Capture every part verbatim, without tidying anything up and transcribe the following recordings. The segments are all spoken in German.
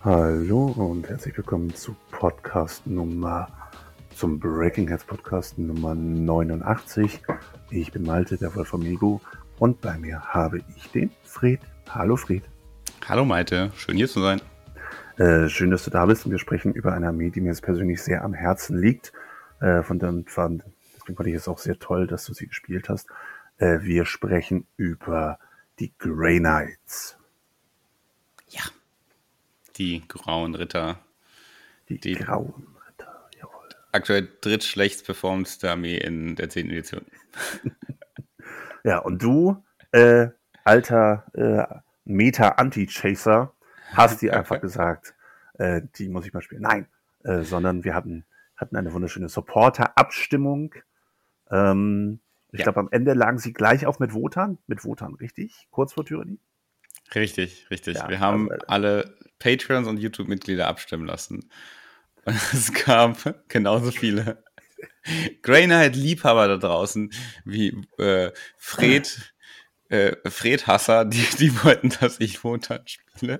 Hallo und herzlich willkommen zu Podcast Nummer, zum Breaking Heads Podcast Nummer neunundachtzig. Ich bin Malte, der Wolf vom Migu, und bei mir habe ich den Fred. Hallo Fred. Hallo Malte, schön hier zu sein. Äh, schön, dass du da bist, und wir sprechen über eine Armee, die mir jetzt persönlich sehr am Herzen liegt. Äh, von dem, von, deswegen fand ich es auch sehr toll, dass du sie gespielt hast. Äh, wir sprechen über die Grey Knights. Ja. Die grauen Ritter. Die, die grauen Ritter, jawohl. Aktuell drittschlechtst performendste Armee in der zehnten Edition. Ja, und du, äh, alter äh, Meta-Anti-Chaser, hast dir einfach gesagt, äh, die muss ich mal spielen. Nein, äh, sondern wir hatten, hatten eine wunderschöne Supporter-Abstimmung. Ähm, ich ja. glaube, am Ende lagen sie gleich auf mit Wotan. Mit Wotan, richtig? Kurz vor Tyrannie? Richtig, richtig. Ja, wir haben also, alle Patreons und YouTube-Mitglieder abstimmen lassen. Und es gab genauso viele Grey Knight-Liebhaber da draußen wie äh, Fred, äh, Fred-Hasser, die, die wollten, dass ich Wotan spiele.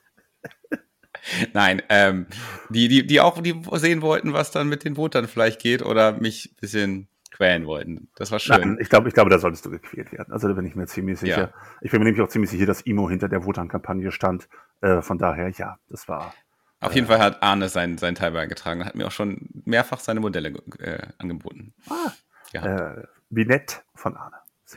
Nein, ähm, die, die, die auch die sehen wollten, was dann mit den Wotan vielleicht geht oder mich ein bisschen quälen wollten. Das war schön. Nein, ich glaube, ich glaube, da solltest du gequält werden. Also da bin ich mir ziemlich sicher. Ja. Ich bin mir nämlich auch ziemlich sicher, dass Imo hinter der Wotan-Kampagne stand. Äh, von daher, ja, das war... Auf äh, jeden Fall hat Arne seinen, seinen Teil beigetragen. Hat mir auch schon mehrfach seine Modelle äh, angeboten. Ah, äh, wie nett von Arne.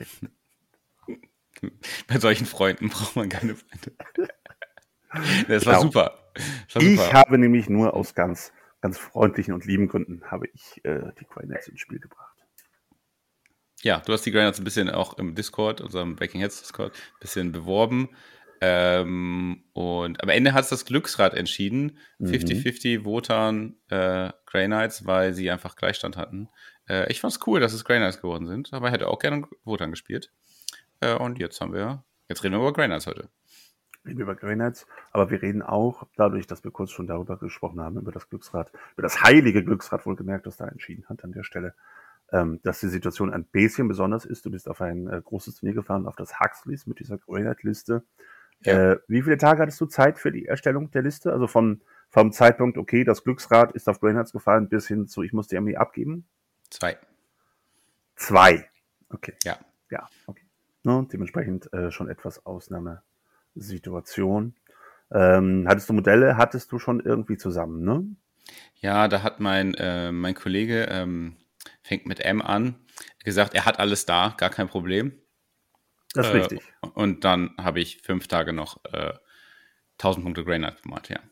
Bei solchen Freunden braucht man keine Freunde. Das war genau. super. Das war ich super. habe nämlich nur aus ganz, ganz freundlichen und lieben Gründen habe ich äh, die Grey Knights ins Spiel gebracht. Ja, du hast die Grey Knights ein bisschen auch im Discord, unserem Breaking Heads Discord, ein bisschen beworben. Ähm, und am Ende hat es das Glücksrad entschieden. fünfzig fünfzig Wotan äh, Grey Knights, weil sie einfach Gleichstand hatten. Äh, ich fand es cool, dass es Grey Knights geworden sind, aber ich hätte auch gerne Wotan gespielt. Äh, und jetzt haben wir, jetzt reden wir über Grey Knights heute. Reden wir über Grey Knights, aber wir reden auch, dadurch, dass wir kurz schon darüber gesprochen haben, über das Glücksrad, über das heilige Glücksrad wohlgemerkt, das da entschieden hat an der Stelle, ähm, dass die Situation ein bisschen besonders ist. Du bist auf ein äh, großes Turnier gefahren, auf das Huxleys mit dieser Grey Knight-Liste. Ja. Äh, wie viele Tage hattest du Zeit für die Erstellung der Liste? Also von, vom Zeitpunkt, okay, das Glücksrad ist auf Grey Knights gefallen, bis hin zu, ich muss die Armee abgeben? Zwei. Zwei. Okay. Ja. Ja, okay. Ne, dementsprechend äh, schon etwas Ausnahmesituation. Ähm, hattest du Modelle, hattest du schon irgendwie zusammen, ne? Ja, da hat mein, äh, mein Kollege, ähm, fängt mit M an, gesagt, er hat alles da, gar kein Problem. Das ist äh, richtig. Und dann habe ich fünf Tage noch äh, tausend Punkte Grey Knight gemacht, ja.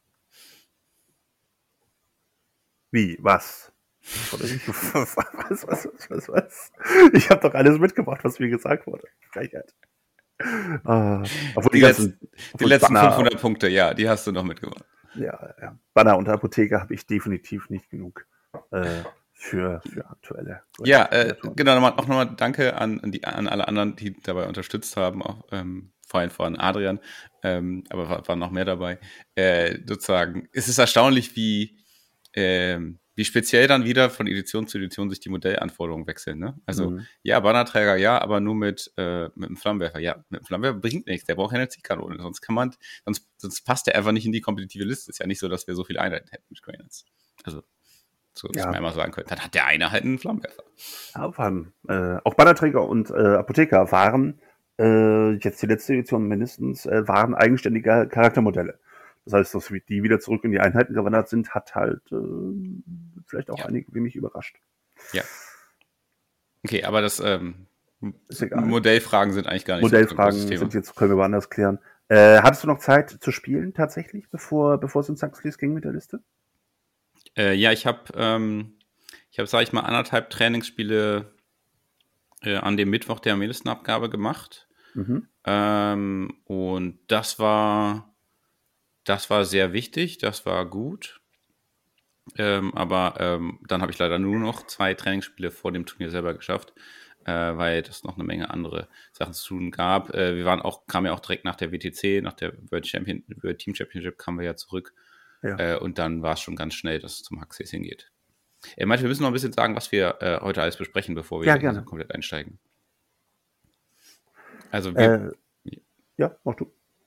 Wie? Was? was, was, was, was, was? Ich habe doch alles mitgebracht, was mir gesagt wurde. Frechheit. Ah, obwohl die, die ganzen, letzten, die letzten Banner, fünfhundert Punkte, ja, die hast du noch mitgemacht. Ja, ja. Banner und Apotheker habe ich definitiv nicht genug äh, für, für aktuelle. Ja, äh, genau, nochmal, auch nochmal danke an, an, die, an alle anderen, die dabei unterstützt haben, auch ähm, vor allem vor allem Adrian, ähm, aber war, waren noch mehr dabei. Äh, sozusagen, es ist erstaunlich, wie ähm, wie speziell dann wieder von Edition zu Edition sich die Modellanforderungen wechseln, ne? Also, mhm. ja, Bannerträger, ja, aber nur mit, äh, mit einem Flammenwerfer. Ja, mit einem Flammenwerfer bringt nichts, der braucht eine Zielkanone, sonst kann man, sonst, sonst passt der einfach nicht in die kompetitive Liste. Ist ja nicht so, dass wir so viele Einheiten hätten mit Grey Knights. Also, so, dass ja. man einmal sagen könnte, dann hat der eine halt einen Flammenwerfer. Ja, vor allem, äh, auch Bannerträger und äh, Apotheker waren, äh, jetzt die letzte Edition mindestens, äh, waren eigenständige Charaktermodelle. Das heißt, dass die wieder zurück in die Einheiten gewandert sind, hat halt äh, vielleicht auch ja. einige wie mich überrascht. Ja. Okay, aber das ähm, Modellfragen sind eigentlich gar nicht Modellfragen so ein sind jetzt, können wir woanders klären. Äh, hattest du noch Zeit zu spielen tatsächlich, bevor, bevor es ins Huxleys ging mit der Liste? Äh, ja, ich habe, ähm, ich habe, sag ich mal, anderthalb Trainingsspiele äh, an dem Mittwoch der Armeelistenabgabe gemacht. Mhm. Ähm, und das war Das war sehr wichtig, das war gut. Ähm, aber ähm, dann habe ich leider nur noch zwei Trainingsspiele vor dem Turnier selber geschafft, äh, weil es noch eine Menge andere Sachen zu tun gab. Äh, wir waren auch, kamen ja auch direkt nach der W T C, nach der World Champion, World Team Championship kamen wir ja zurück. Ja. Äh, und dann war es schon ganz schnell, dass es zum Huxleys hingeht. Äh, Malte, wir müssen noch ein bisschen sagen, was wir äh, heute alles besprechen, bevor wir ja, gerne. komplett einsteigen. Also wir, äh, ja, mach du.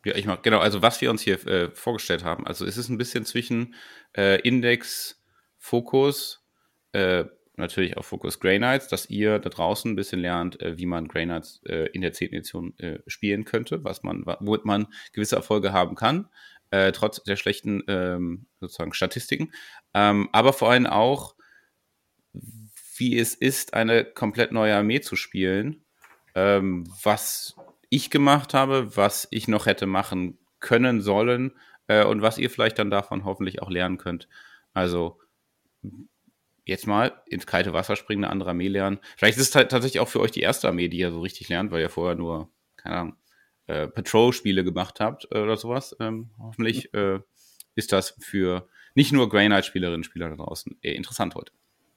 Ja, ich mach, genau, also was wir uns hier äh, vorgestellt haben, also es ist ein bisschen zwischen äh, Index, Fokus, äh, natürlich auch Fokus Grey Knights, dass ihr da draußen ein bisschen lernt, äh, wie man Grey Knights äh, in der zehnten Edition äh, spielen könnte, was man, womit man gewisse Erfolge haben kann, äh, trotz der schlechten ähm, sozusagen Statistiken, ähm, aber vor allem auch, wie es ist, eine komplett neue Armee zu spielen, ähm, was ich gemacht habe, was ich noch hätte machen können sollen äh, und was ihr vielleicht dann davon hoffentlich auch lernen könnt. Also jetzt mal ins kalte Wasser springen, eine andere Armee lernen. Vielleicht ist es halt tatsächlich auch für euch die erste Armee, die ihr so richtig lernt, weil ihr vorher nur, keine Ahnung, äh, Patrol-Spiele gemacht habt äh, oder sowas. Ähm, hoffentlich äh, ist das für nicht nur Grey Knight-Spielerinnen und Spieler da draußen äh, interessant heute.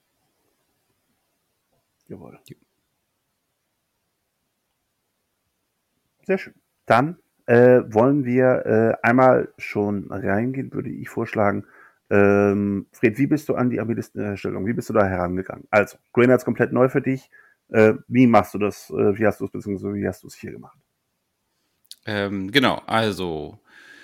Jawohl. Sehr schön. Dann äh, wollen wir äh, einmal schon reingehen, würde ich vorschlagen. Ähm, Fred, wie bist du an die Armeelistenerstellung? Wie bist du da herangegangen? Also, Grey Knights komplett neu für dich. Äh, wie machst du das? Äh, wie hast du es beziehungsweise wie hast du es hier gemacht? Ähm, genau, also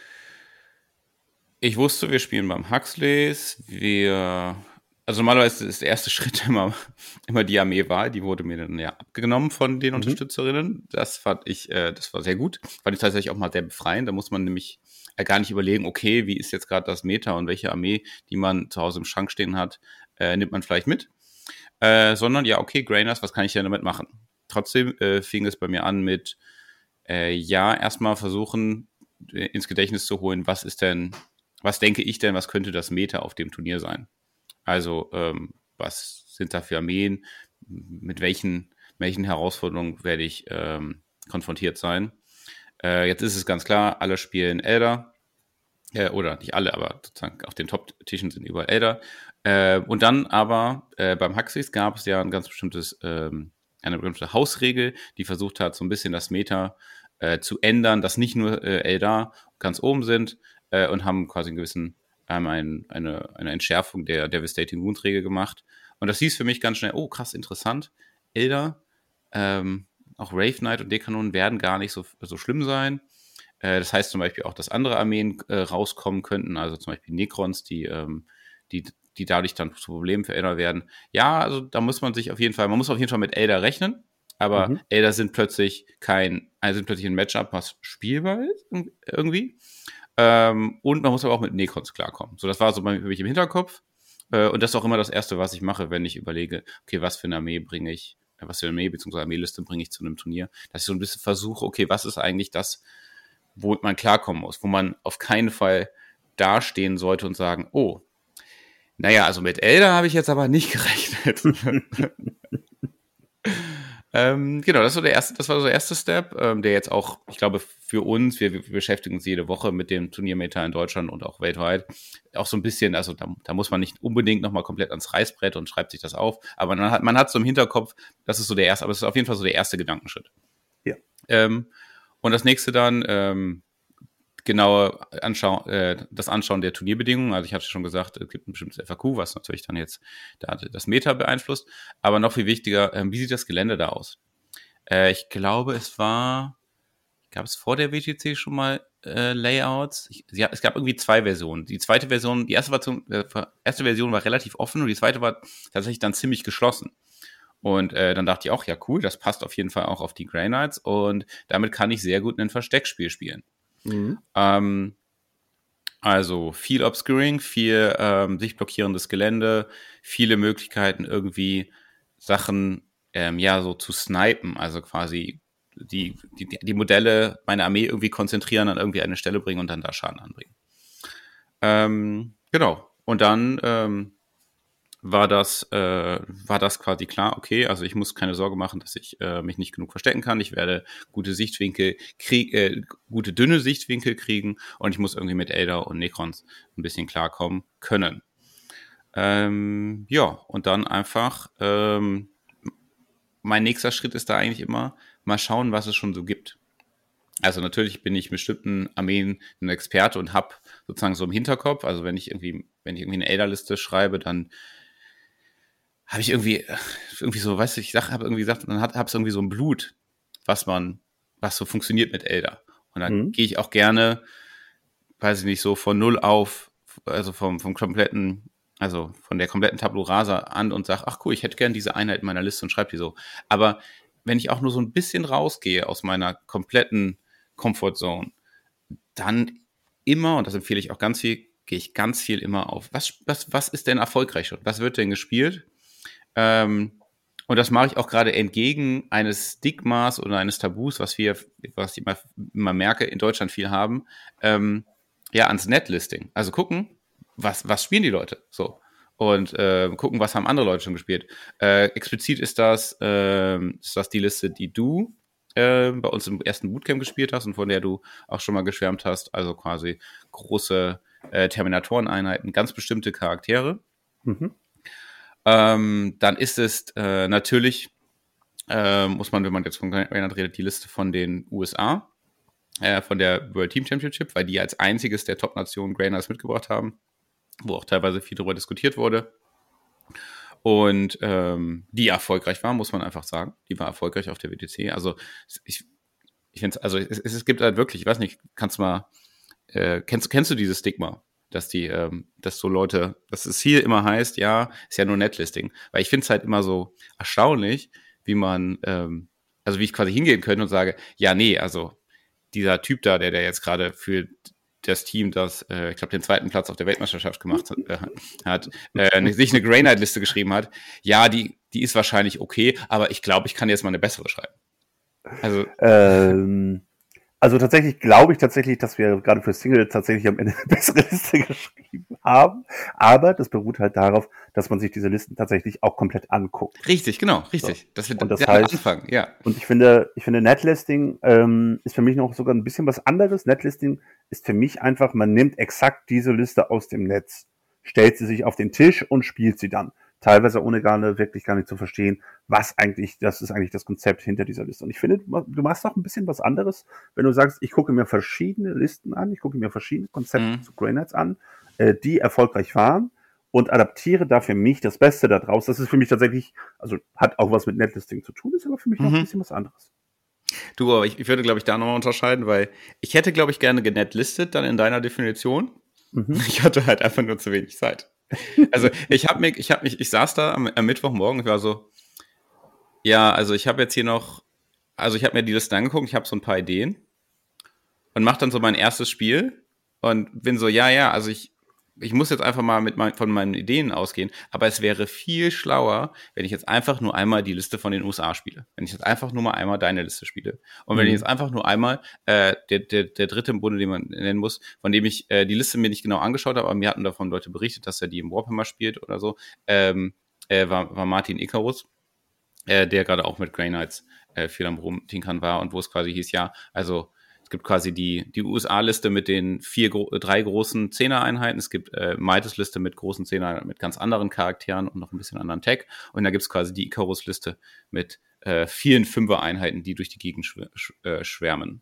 ich wusste, wir spielen beim Huxleys. Wir, also normalerweise ist der erste Schritt immer, immer die Armeewahl. Die wurde mir dann ja abgenommen von den Mhm. Unterstützerinnen. Das fand ich, äh, das war sehr gut. Fand ich tatsächlich auch mal sehr befreiend. Da muss man nämlich äh, gar nicht überlegen, okay, wie ist jetzt gerade das Meta und welche Armee, die man zu Hause im Schrank stehen hat, äh, nimmt man vielleicht mit. Äh, sondern ja, okay, Grey Knights, was kann ich denn damit machen? Trotzdem äh, fing es bei mir an mit, äh, ja, erstmal versuchen, äh, ins Gedächtnis zu holen, was ist denn, was denke ich denn, was könnte das Meta auf dem Turnier sein? Also, ähm, was sind da für Armeen? Mit welchen, welchen Herausforderungen werde ich ähm, konfrontiert sein? Äh, jetzt ist es ganz klar, alle spielen Elder. Äh, oder nicht alle, aber sozusagen auf den Top-Tischen sind überall Elder. Äh, und dann aber äh, beim Huxleys gab es ja ein ganz bestimmtes, ähm, eine bestimmte Hausregel, die versucht hat, so ein bisschen das Meta äh, zu ändern, dass nicht nur äh, Eldar ganz oben sind äh, und haben quasi einen gewissen, ähm, ein, eine, eine Entschärfung der Devastating Wound-Regel gemacht. Und das hieß für mich ganz schnell, oh krass, interessant, Eldar, ähm, auch Wraith Knight und D-Kanonen werden gar nicht so, so schlimm sein. Äh, das heißt zum Beispiel auch, dass andere Armeen äh, rauskommen könnten, also zum Beispiel Necrons, die, ähm, die, die dadurch dann zu Problemen für Elder werden. Ja, also da muss man sich auf jeden Fall, man muss auf jeden Fall mit Elder rechnen, aber Mhm. Elder sind plötzlich kein, also sind plötzlich ein Matchup, was spielbar ist irgendwie. Ähm, und man muss aber auch mit Necrons klarkommen. So, das war so für mich im Hinterkopf. Äh, und das ist auch immer das Erste, was ich mache, wenn ich überlege, okay, was für eine Armee bringe ich, äh, was für eine Armee bzw. Armeeliste bringe ich zu einem Turnier, dass ich so ein bisschen versuche, okay, was ist eigentlich das, wo man klarkommen muss, wo man auf keinen Fall dastehen sollte und sagen, oh, naja, also mit Elder habe ich jetzt aber nicht gerechnet. ähm, genau, das war, der erste, das war so der erste Step, ähm, der jetzt auch, ich glaube, für uns, wir, wir beschäftigen uns jede Woche mit dem Turniermeta in Deutschland und auch weltweit, auch so ein bisschen, also da, da muss man nicht unbedingt nochmal komplett ans Reißbrett und schreibt sich das auf, aber man hat, man hat so im Hinterkopf, das ist so der erste, aber es ist auf jeden Fall so der erste Gedankenschritt. Ja. Ähm, und das nächste dann, ähm, genaue Anschau äh, das Anschauen der Turnierbedingungen. Also ich hatte schon gesagt, es gibt ein bestimmtes F A Q, was natürlich dann jetzt da das Meta beeinflusst. Aber noch viel wichtiger, ähm, wie sieht das Gelände da aus? Äh, ich glaube, es war, gab es vor der W T C schon mal äh, Layouts? Ich, ja, es gab irgendwie zwei Versionen. Die zweite Version, die erste, war zum, äh, erste Version war relativ offen und die zweite war tatsächlich dann ziemlich geschlossen. Und äh, dann dachte ich auch, ja cool, das passt auf jeden Fall auch auf die Grey Knights und damit kann ich sehr gut ein Versteckspiel spielen. Mhm. Ähm, also viel Obscuring, viel ähm, sichtblockierendes Gelände, viele Möglichkeiten irgendwie Sachen ähm, ja so zu snipen, also quasi die, die, die Modelle meiner Armee irgendwie konzentrieren, an irgendwie eine Stelle bringen und dann da Schaden anbringen. Ähm, genau. Und dann ähm, war das, äh, war das quasi klar, okay, also ich muss keine Sorge machen, dass ich äh, mich nicht genug verstecken kann. Ich werde gute Sichtwinkel krieg, äh, gute dünne Sichtwinkel kriegen und ich muss irgendwie mit Elder und Necrons ein bisschen klarkommen können. Ähm, ja, und dann einfach, ähm, mein nächster Schritt ist da eigentlich immer, mal schauen, was es schon so gibt. Also natürlich bin ich bestimmten Armeen ein Experte und habe sozusagen so im Hinterkopf, also wenn ich irgendwie, wenn ich irgendwie eine Elder-Liste schreibe, dann habe ich irgendwie, irgendwie so, weißt du, ich sag, habe irgendwie gesagt, dann habe es irgendwie so ein Blut, was man, was so funktioniert mit Elder. Und dann Mhm. gehe ich auch gerne, weiß ich nicht, so von null auf, also vom, vom kompletten, also von der kompletten Tabula Rasa an und sage, ach cool, ich hätte gerne diese Einheit in meiner Liste und schreibe die so. Aber wenn ich auch nur so ein bisschen rausgehe aus meiner kompletten Comfort Zone, dann immer, und das empfehle ich auch ganz viel, gehe ich ganz viel immer auf, was, was, was ist denn erfolgreich schon? Was wird denn gespielt? Ähm, und das mache ich auch gerade entgegen eines Stigmas oder eines Tabus, was wir, was ich immer, immer merke, in Deutschland viel haben, ähm, ja, ans Netlisting. Also gucken, was, was spielen die Leute? So. Und äh, gucken, was haben andere Leute schon gespielt. Äh, explizit ist das, äh, ist das die Liste, die du äh, bei uns im ersten Bootcamp gespielt hast und von der du auch schon mal geschwärmt hast. Also quasi große äh, Terminatoren-Einheiten, ganz bestimmte Charaktere. Mhm. Ähm, dann ist es äh, natürlich, äh, muss man, wenn man jetzt von Reynard redet, die Liste von den U S A, äh, von der World Team Championship, weil die als einziges der Top-Nationen Grainers mitgebracht haben, wo auch teilweise viel darüber diskutiert wurde. Und ähm, die erfolgreich war, muss man einfach sagen. Die war erfolgreich auf der W T C. Also ich, ich finde also es, es gibt halt wirklich, ich weiß nicht, kannst du mal, äh, kennst, kennst du dieses Stigma? Dass die, ähm, dass so Leute, dass es hier immer heißt, ja, ist ja nur Netlisting. Weil ich finde es halt immer so erstaunlich, wie man, ähm, also wie ich quasi hingehen könnte und sage, ja, nee, also dieser Typ da, der, der jetzt gerade für das Team, das, äh, ich glaube, den zweiten Platz auf der Weltmeisterschaft gemacht äh, hat, äh, sich eine Grey Knight-Liste geschrieben hat, ja, die, die ist wahrscheinlich okay, aber ich glaube, ich kann jetzt mal eine bessere schreiben. Also, ähm, Also tatsächlich glaube ich tatsächlich, dass wir gerade für Single tatsächlich am Ende eine bessere Liste geschrieben haben. Aber das beruht halt darauf, dass man sich diese Listen tatsächlich auch komplett anguckt. richtig, genau, So. richtig. Das wird Und das der heißt, Anfang, ja. und ich finde, ich finde Netlisting ähm, ist für mich noch sogar ein bisschen was anderes. Netlisting ist für mich einfach, man nimmt exakt diese Liste aus dem Netz, stellt sie sich auf den Tisch und spielt sie dann. Teilweise ohne gar nicht, wirklich gar nicht zu verstehen, was eigentlich, das ist eigentlich das Konzept hinter dieser Liste. Und ich finde, du machst auch ein bisschen was anderes, wenn du sagst, ich gucke mir verschiedene Listen an, ich gucke mir verschiedene Konzepte Mhm. zu Grey Knights an, äh, die erfolgreich waren und adaptiere da für mich das Beste daraus. Das ist für mich tatsächlich, also hat auch was mit Netlisting zu tun, ist aber für mich noch ein Mhm. bisschen was anderes. Du, aber ich, ich würde, glaube ich, da nochmal unterscheiden, weil ich hätte, glaube ich, gerne genetlistet dann in deiner Definition. Mhm. Ich hatte halt einfach nur zu wenig Zeit. Also ich habe mich, ich habe mich, ich saß da am, am Mittwochmorgen, ich war so, ja, also ich habe jetzt hier noch, also ich habe mir die Liste angeguckt, ich habe so ein paar Ideen und mache dann so mein erstes Spiel und bin so, ja, ja, also ich, ich muss jetzt einfach mal mit mein, von meinen Ideen ausgehen, aber es wäre viel schlauer, wenn ich jetzt einfach nur einmal die Liste von den U S A spiele. Wenn ich jetzt einfach nur mal einmal deine Liste spiele. Und wenn Mhm. ich jetzt einfach nur einmal äh, der, der, der dritte im Bunde, den man nennen muss, von dem ich äh, die Liste mir nicht genau angeschaut habe, aber mir hatten davon Leute berichtet, dass er die im Warhammer spielt oder so, ähm, äh, war, war Martin Icarus, äh, der gerade auch mit Grey Knights äh, viel am Rumtinkern war und wo es quasi hieß, ja, also es gibt quasi die, die U S A-Liste mit den vier, drei großen Zehner-Einheiten. Es gibt äh, Maites Liste mit großen Zehner, mit ganz anderen Charakteren und noch ein bisschen anderen Tech. Und da gibt es quasi die Icarus-Liste mit äh, vielen Fünfer-Einheiten, die durch die Gegend schw sch äh, schwärmen.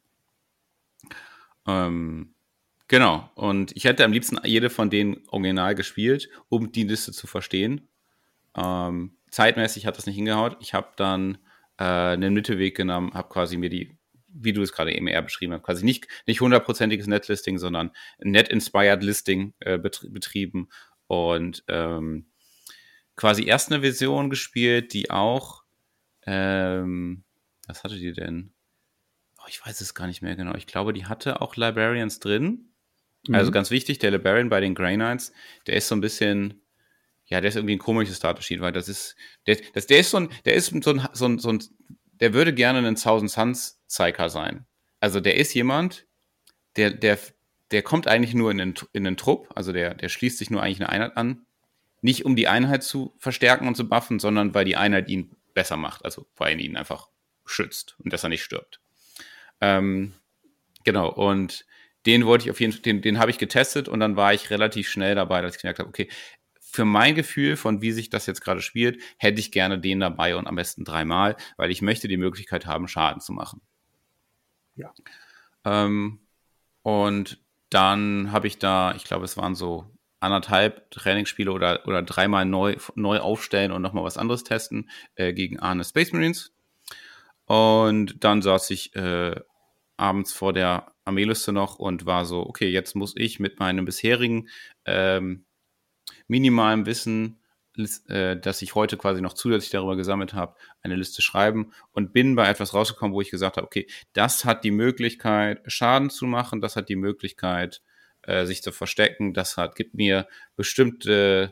Ähm, genau. Und ich hätte am liebsten jede von denen original gespielt, um die Liste zu verstehen. Ähm, zeitmäßig hat das nicht hingehaut. Ich habe dann äh, einen Mittelweg genommen, habe quasi mir die, wie du es gerade eben eher beschrieben hast, quasi nicht nicht hundertprozentiges Netlisting, sondern Net-Inspired Listing äh, betri betrieben und ähm, quasi erst eine Version gespielt, die auch, ähm, was hatte die denn? Oh, ich weiß es gar nicht mehr genau. Ich glaube, die hatte auch Librarians drin. Also Mhm. ganz wichtig, der Librarian bei den Grey Knights, der ist so ein bisschen, ja, der ist irgendwie ein komisches Datasheet, weil das ist, der, das, der ist so ein, der ist so ein, so ein, so ein, der würde gerne ein Thousand Suns Zeiger sein. Also der ist jemand, der, der, der kommt eigentlich nur in den, in den Trupp, also der, der schließt sich nur eigentlich eine Einheit an, nicht um die Einheit zu verstärken und zu buffen, sondern weil die Einheit ihn besser macht, also weil ihn einfach schützt und dass er nicht stirbt. Ähm, genau, und den wollte ich auf jeden Fall, den, den habe ich getestet und dann war ich relativ schnell dabei, dass ich gemerkt habe, okay, für mein Gefühl von wie sich das jetzt gerade spielt, hätte ich gerne den dabei und am besten dreimal, weil ich möchte die Möglichkeit haben, Schaden zu machen. Ja. Ähm, und dann habe ich da, ich glaube, es waren so anderthalb Trainingsspiele oder, oder dreimal neu, neu aufstellen und nochmal was anderes testen äh, gegen Arne Space Marines. Und dann saß ich äh, abends vor der Armeeliste noch und war so, okay, jetzt muss ich mit meinem bisherigen ähm, minimalen Wissen, äh, das ich heute quasi noch zusätzlich darüber gesammelt habe, eine Liste schreiben und bin bei etwas rausgekommen, wo ich gesagt habe, okay, das hat die Möglichkeit, Schaden zu machen, das hat die Möglichkeit, äh, sich zu verstecken, das hat, gibt mir bestimmte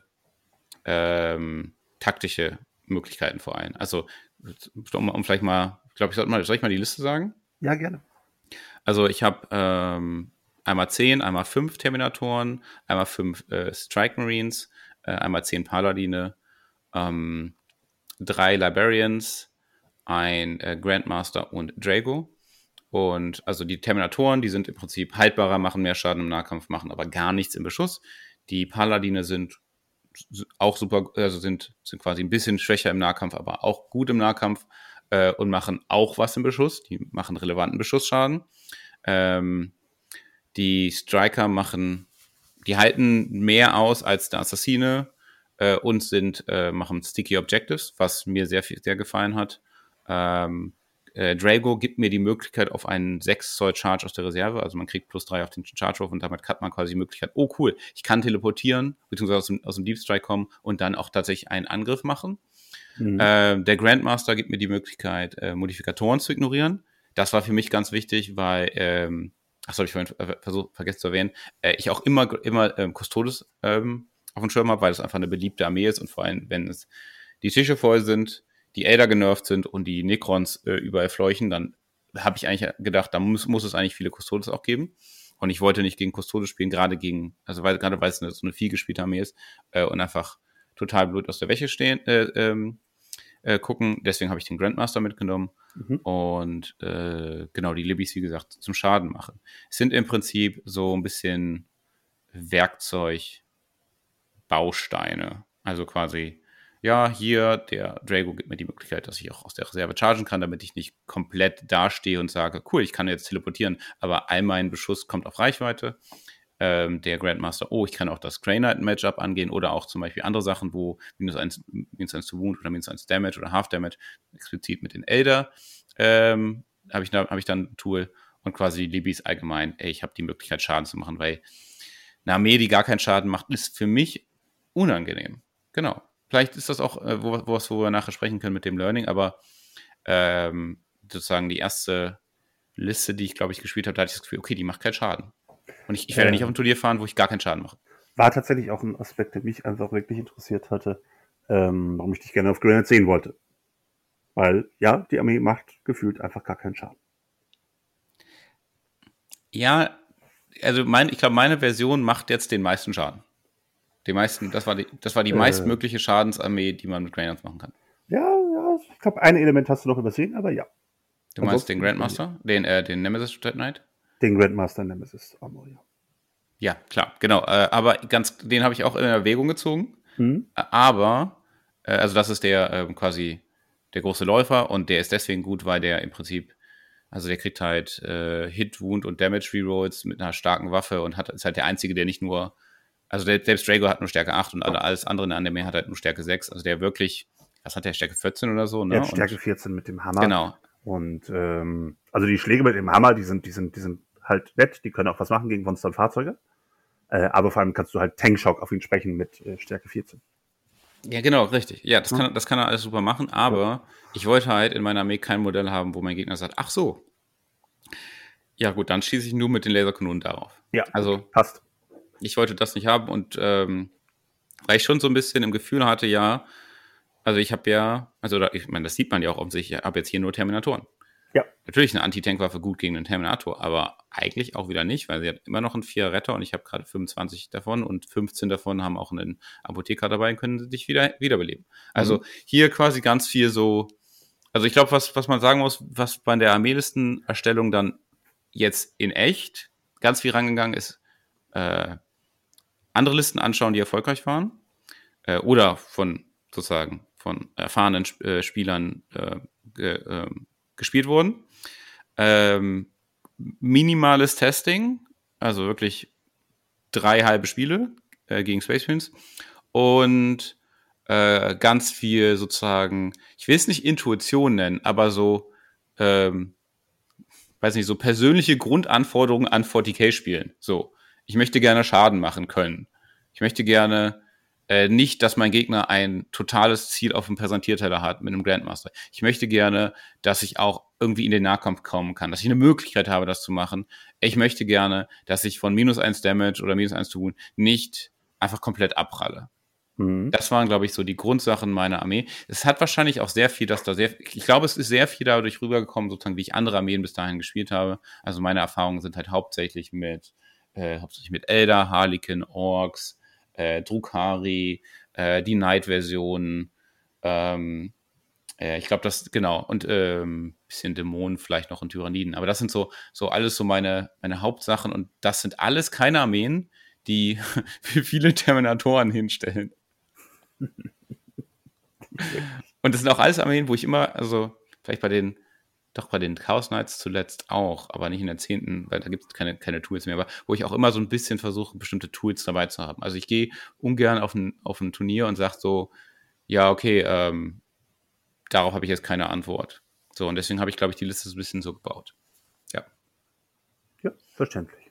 ähm, taktische Möglichkeiten vor allem. Also, um, um vielleicht mal, ich glaube, ich sollte mal, soll ich mal die Liste sagen? Ja, gerne. Also ich habe ähm, einmal zehn, einmal fünf Terminatoren, einmal fünf äh, Strike Marines, äh, einmal zehn Paladine, ähm, drei Librarians, ein äh, Grandmaster und Drago. Und also die Terminatoren, die sind im Prinzip haltbarer, machen mehr Schaden im Nahkampf, machen aber gar nichts im Beschuss. Die Paladine sind auch super, also sind, sind quasi ein bisschen schwächer im Nahkampf, aber auch gut im Nahkampf äh, und machen auch was im Beschuss. Die machen relevanten Beschussschaden. Ähm, die Striker machen, die halten mehr aus als der Assassine äh, und sind, äh, machen Sticky Objectives, was mir sehr viel, sehr gefallen hat. Ähm, äh, Drago gibt mir die Möglichkeit auf einen sechs Zoll Charge aus der Reserve, also man kriegt plus drei auf den Charge-Wurf und damit hat man quasi die Möglichkeit, oh cool, ich kann teleportieren, beziehungsweise aus dem, aus dem Deep Strike kommen und dann auch tatsächlich einen Angriff machen. Mhm. Äh, der Grandmaster gibt mir die Möglichkeit, äh, Modifikatoren zu ignorieren. Das war für mich ganz wichtig, weil, ähm, ach, habe ich vorhin versucht, vergessen zu erwähnen, äh, ich auch immer, immer ähm, Custodes ähm, auf dem Schirm habe, weil es einfach eine beliebte Armee ist und vor allem, wenn es die Tische voll sind, die Elder genervt sind und die Necrons äh, überall fleuchen, dann habe ich eigentlich gedacht, da muss, muss es eigentlich viele Custodes auch geben. Und ich wollte nicht gegen Custodes spielen, gerade gegen, also weil, gerade weil es eine, so eine viel gespielte Armee ist äh, und einfach total blöd aus der Wäsche stehen, äh, ähm, äh, gucken. Deswegen habe ich den Grandmaster mitgenommen. Mhm. Und äh, genau, die Libbies, wie gesagt, zum Schaden machen. Es sind im Prinzip so ein bisschen Werkzeugbausteine. Also quasi, ja, hier, der Drago gibt mir die Möglichkeit, dass ich auch aus der Reserve chargen kann, damit ich nicht komplett dastehe und sage, cool, ich kann jetzt teleportieren, aber all mein Beschuss kommt auf Reichweite. Ähm, der Grandmaster, oh, ich kann auch das Grey Knight Matchup angehen oder auch zum Beispiel andere Sachen, wo minus eins, minus eins zu Wound oder minus eins Damage oder Half Damage, explizit mit den Elder, ähm, habe ich, da, hab ich dann ein Tool und quasi die Libbies allgemein, ey, ich habe die Möglichkeit, Schaden zu machen, weil eine Armee, die gar keinen Schaden macht, ist für mich unangenehm. Genau. Vielleicht ist das auch äh, wo, was, wo wir nachher sprechen können mit dem Learning, aber ähm, sozusagen die erste Liste, die ich, glaube ich, gespielt habe, da hatte ich das Gefühl, okay, die macht keinen Schaden. Und ich, ich werde äh, nicht auf ein Turnier fahren, wo ich gar keinen Schaden mache. War tatsächlich auch ein Aspekt, der mich einfach wirklich interessiert hatte, ähm, warum ich dich gerne auf Grey Knight sehen wollte. Weil, ja, die Armee macht gefühlt einfach gar keinen Schaden. Ja, also mein, ich glaube, meine Version macht jetzt den meisten Schaden. Die meisten, das war die, das war die äh, meistmögliche Schadensarmee, die man mit Grey Knights machen kann. Ja, ja, ich glaube, ein Element hast du noch übersehen, aber ja. Du meinst den Grandmaster? Den, äh, den Nemesis Knight? Den Grandmaster Nemesis Armor, ja. Ja, klar, genau. Äh, aber ganz, den habe ich auch in Erwägung gezogen. Mhm. Aber, äh, also das ist der äh, quasi der große Läufer und der ist deswegen gut, weil der im Prinzip, also der kriegt halt äh, Hit, Wound und Damage Rerolls mit einer starken Waffe und hat, ist halt der einzige, der nicht nur, also der, selbst Drago hat nur Stärke acht und alles andere an der Armee hat halt nur Stärke sechs. Also der wirklich, was hat der, Stärke vierzehn oder so? Ne? Der hat Stärke vierzehn mit dem Hammer. Genau. Und ähm, also die Schläge mit dem Hammer, die sind, die sind, die sind halt nett, die können auch was machen gegen Monster und Fahrzeuge. Äh, aber vor allem kannst du halt Tankshock auf ihn sprechen mit äh, Stärke vierzehn. Ja, genau, richtig. Ja, das kann, hm. das kann er alles super machen, aber ja. Ich wollte halt in meiner Armee kein Modell haben, wo mein Gegner sagt, ach so. Ja gut, dann schieße ich nur mit den Laserkanonen darauf. Ja, also gut, passt. Ich wollte das nicht haben und ähm, weil ich schon so ein bisschen im Gefühl hatte, ja, also ich habe ja, also ich meine, das sieht man ja auch offensichtlich, ich habe jetzt hier nur Terminatoren. Ja. Natürlich eine Anti-Tank-Waffe gut gegen einen Terminator, aber eigentlich auch wieder nicht, weil sie hat immer noch einen Vier-Retter und ich habe gerade fünfundzwanzig davon und fünfzehn davon haben auch einen Apotheker dabei und können sich wieder wiederbeleben. Also mhm. hier quasi ganz viel so, also ich glaube, was, was man sagen muss, was bei der Armeelistenerstellung dann jetzt in echt ganz viel rangegangen ist, äh, andere Listen anschauen, die erfolgreich waren äh, oder von sozusagen von erfahrenen Sp- äh, Spielern äh, ge- äh, gespielt wurden. Ähm, minimales Testing, also wirklich drei halbe Spiele äh, gegen Space Marines und äh, ganz viel sozusagen, ich will es nicht Intuition nennen, aber so ähm, weiß nicht, so persönliche Grundanforderungen an forty K spielen. So, ich möchte gerne Schaden machen können. Ich möchte gerne äh, nicht, dass mein Gegner ein totales Ziel auf dem Präsentierteller hat mit einem Grandmaster. Ich möchte gerne, dass ich auch irgendwie in den Nahkampf kommen kann, dass ich eine Möglichkeit habe, das zu machen. Ich möchte gerne, dass ich von minus eins Damage oder minus eins Tun nicht einfach komplett abpralle. Mhm. Das waren, glaube ich, so die Grundsachen meiner Armee. Es hat wahrscheinlich auch sehr viel, dass da sehr, ich glaube, es ist sehr viel dadurch rübergekommen, sozusagen, wie ich andere Armeen bis dahin gespielt habe. Also meine Erfahrungen sind halt hauptsächlich mit, äh, hauptsächlich mit Eldar, Harlequin, Orks, äh, Drukhari, äh, die Knight-Version, ähm, äh, ich glaube, das, genau, und ähm, bisschen Dämonen, vielleicht noch und Tyranniden. Aber das sind so, so alles so meine, meine Hauptsachen und das sind alles keine Armeen, die für viele Terminatoren hinstellen. Und das sind auch alles Armeen, wo ich immer, also vielleicht bei den, doch bei den Chaos Knights zuletzt auch, aber nicht in der zehnten, weil da gibt es keine, keine Tools mehr, aber wo ich auch immer so ein bisschen versuche, bestimmte Tools dabei zu haben. Also ich gehe ungern auf ein, auf ein Turnier und sage so, ja, okay, ähm, darauf habe ich jetzt keine Antwort. So, und deswegen habe ich, glaube ich, die Liste so ein bisschen so gebaut. Ja. Ja, verständlich.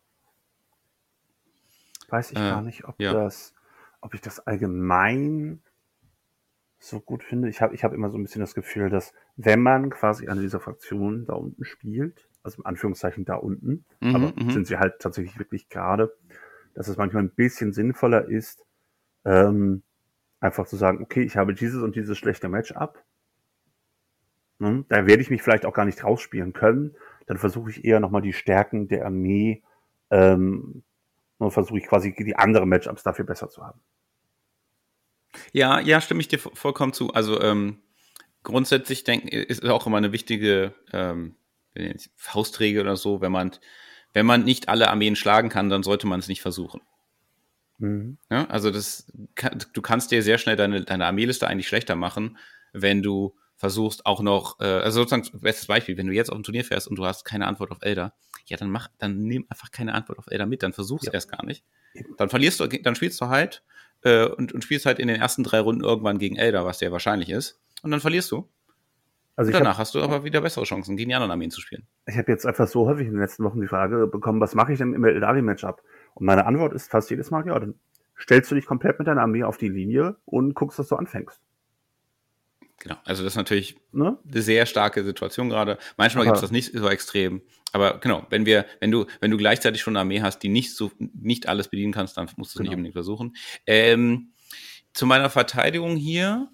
Weiß ich äh, gar nicht, ob ja. das, ob ich das allgemein so gut finde. Ich habe ich hab immer so ein bisschen das Gefühl, dass wenn man quasi eine dieser Fraktionen da unten spielt, also in Anführungszeichen da unten, mhm, aber m- sind sie halt tatsächlich wirklich gerade, dass es manchmal ein bisschen sinnvoller ist, ähm, einfach zu sagen, okay, ich habe dieses und dieses schlechte Matchup. Ne? Da werde ich mich vielleicht auch gar nicht rausspielen können. Dann versuche ich eher nochmal die Stärken der Armee ähm, und versuche ich quasi die anderen Matchups dafür besser zu haben. Ja, ja, stimme ich dir vollkommen zu. Also ähm, grundsätzlich denken ist auch immer eine wichtige ähm, Faustregel oder so, wenn man wenn man nicht alle Armeen schlagen kann, dann sollte man es nicht versuchen. Mhm. Ja, also das du kannst dir sehr schnell deine deine Armeeliste eigentlich schlechter machen, wenn du versuchst auch noch, äh, also sozusagen bestes Beispiel, wenn du jetzt auf ein Turnier fährst und du hast keine Antwort auf Eldar, ja, dann mach, dann nimm einfach keine Antwort auf Eldar mit, dann versuch's ja. erst gar nicht. Dann verlierst du, dann spielst du halt äh, und, und spielst halt in den ersten drei Runden irgendwann gegen Eldar, was sehr wahrscheinlich ist, und dann verlierst du. Also und danach hab, hast du aber wieder bessere Chancen, gegen die anderen Armeen zu spielen. Ich habe jetzt einfach so häufig in den letzten Wochen die Frage bekommen, was mache ich denn im Eldari-Matchup? Und meine Antwort ist fast jedes Mal, ja, dann stellst du dich komplett mit deiner Armee auf die Linie und guckst, dass du anfängst. Genau, also das ist natürlich ne? eine sehr starke Situation gerade. Manchmal gibt es das nicht so extrem, aber genau, wenn wir, wenn du, wenn du gleichzeitig schon eine Armee hast, die nicht so, nicht alles bedienen kannst, dann musst du es genau. nicht unbedingt versuchen. Ähm, zu meiner Verteidigung hier,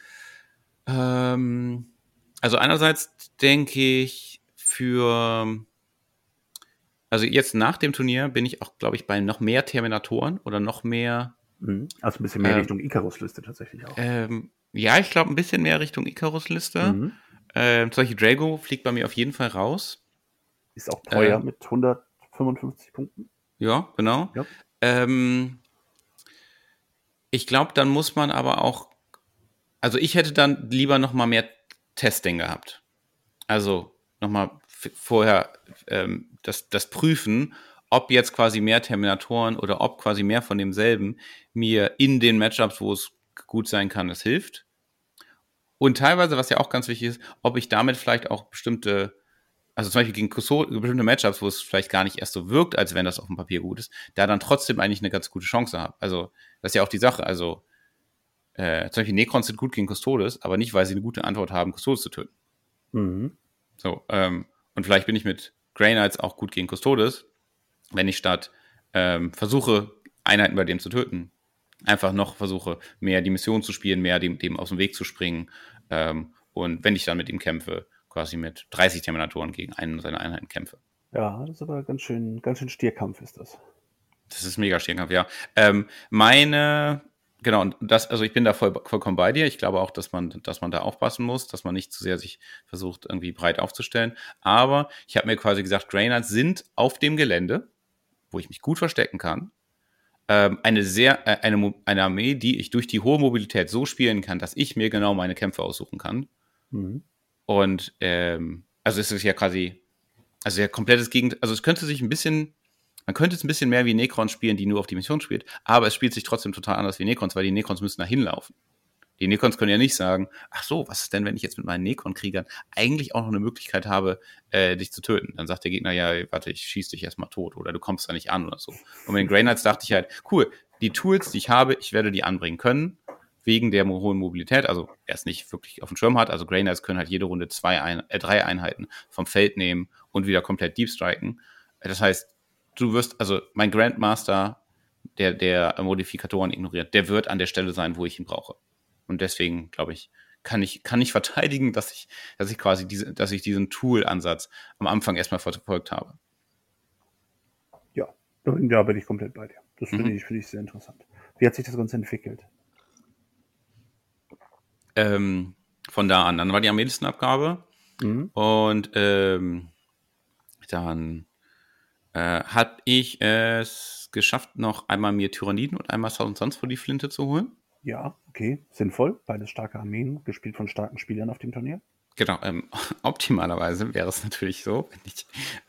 ähm, also einerseits denke ich für, also jetzt nach dem Turnier bin ich auch, glaube ich, bei noch mehr Terminatoren oder noch mehr. Also ein bisschen mehr ähm, Richtung Icarus-Liste tatsächlich auch. Ähm, ja, ich glaube ein bisschen mehr Richtung Icarus-Liste. Mhm. Ähm, solche Drago fliegt bei mir auf jeden Fall raus. Ist auch teuer äh, mit hundertfünfundfünfzig Punkten. Ja, genau. Ja. Ähm, ich glaube, dann muss man aber auch, also ich hätte dann lieber noch mal mehr Testing gehabt. Also noch mal f- vorher ähm, das, das Prüfen, ob jetzt quasi mehr Terminatoren oder ob quasi mehr von demselben mir in den Matchups, wo es gut sein kann, es hilft. Und teilweise, was ja auch ganz wichtig ist, ob ich damit vielleicht auch bestimmte, also zum Beispiel gegen Custodian, bestimmte Matchups, wo es vielleicht gar nicht erst so wirkt, als wenn das auf dem Papier gut ist, da dann trotzdem eigentlich eine ganz gute Chance habe. Also das ist ja auch die Sache. Also äh, zum Beispiel Necrons sind gut gegen Custodes, aber nicht, weil sie eine gute Antwort haben, Custodes zu töten. Mhm. So, ähm, und vielleicht bin ich mit Grey Knights auch gut gegen Custodes, wenn ich statt ähm, versuche, Einheiten bei dem zu töten, einfach noch versuche, mehr die Mission zu spielen, mehr dem, dem aus dem Weg zu springen. Ähm, und wenn ich dann mit ihm kämpfe, quasi mit dreißig Terminatoren gegen einen seiner Einheiten kämpfe. Ja, das ist aber ganz schön, ganz schön Stierkampf ist das. Das ist mega Stierkampf, ja. Ähm, meine, genau, und das, also ich bin da voll, vollkommen bei dir. Ich glaube auch, dass man, dass man da aufpassen muss, dass man nicht zu sehr sich versucht, irgendwie breit aufzustellen. Aber ich habe mir quasi gesagt, Grey Knights sind auf dem Gelände, wo ich mich gut verstecken kann, eine sehr äh, eine, eine Armee, die ich durch die hohe Mobilität so spielen kann, dass ich mir genau meine Kämpfe aussuchen kann. Mhm. Und ähm, also es ist ja quasi, also ja komplettes Gegenteil, also es könnte sich ein bisschen, man könnte es ein bisschen mehr wie Necrons spielen, die nur auf die Mission spielt, aber es spielt sich trotzdem total anders wie Necrons, weil die Necrons müssen da hinlaufen. die Necrons können ja nicht sagen, ach so, was ist denn, wenn ich jetzt mit meinen Necron-Kriegern eigentlich auch noch eine Möglichkeit habe, äh, dich zu töten? Dann sagt der Gegner, ja, warte, ich schieß dich erstmal tot oder du kommst da nicht an oder so. Und mit den Grey Knights dachte ich halt, cool, die Tools, die ich habe, ich werde die anbringen können, wegen der hohen Mobilität, also er es nicht wirklich auf dem Schirm hat, also Grey Knights können halt jede Runde zwei Ein- äh, drei Einheiten vom Feld nehmen und wieder komplett deep striken. Das heißt, du wirst, also mein Grandmaster, der, der Modifikatoren ignoriert, der wird an der Stelle sein, wo ich ihn brauche. Und deswegen, glaube ich, kann ich, kann ich verteidigen, dass ich, dass ich quasi diese, dass ich diesen Tool-Ansatz am Anfang erstmal verfolgt habe. Ja, da bin ich komplett bei dir. Das finde mhm. ich, finde ich sehr interessant. Wie hat sich das Ganze entwickelt? Ähm, von da an. Dann war die Armeelistenabgabe mhm. und ähm, dann äh, habe ich es geschafft, noch einmal mir Tyranniden und einmal Thousand Suns vor die Flinte zu holen. Ja, okay, sinnvoll. Beides starke Armeen, gespielt von starken Spielern auf dem Turnier. Genau, ähm, optimalerweise wäre es natürlich so, wenn ich,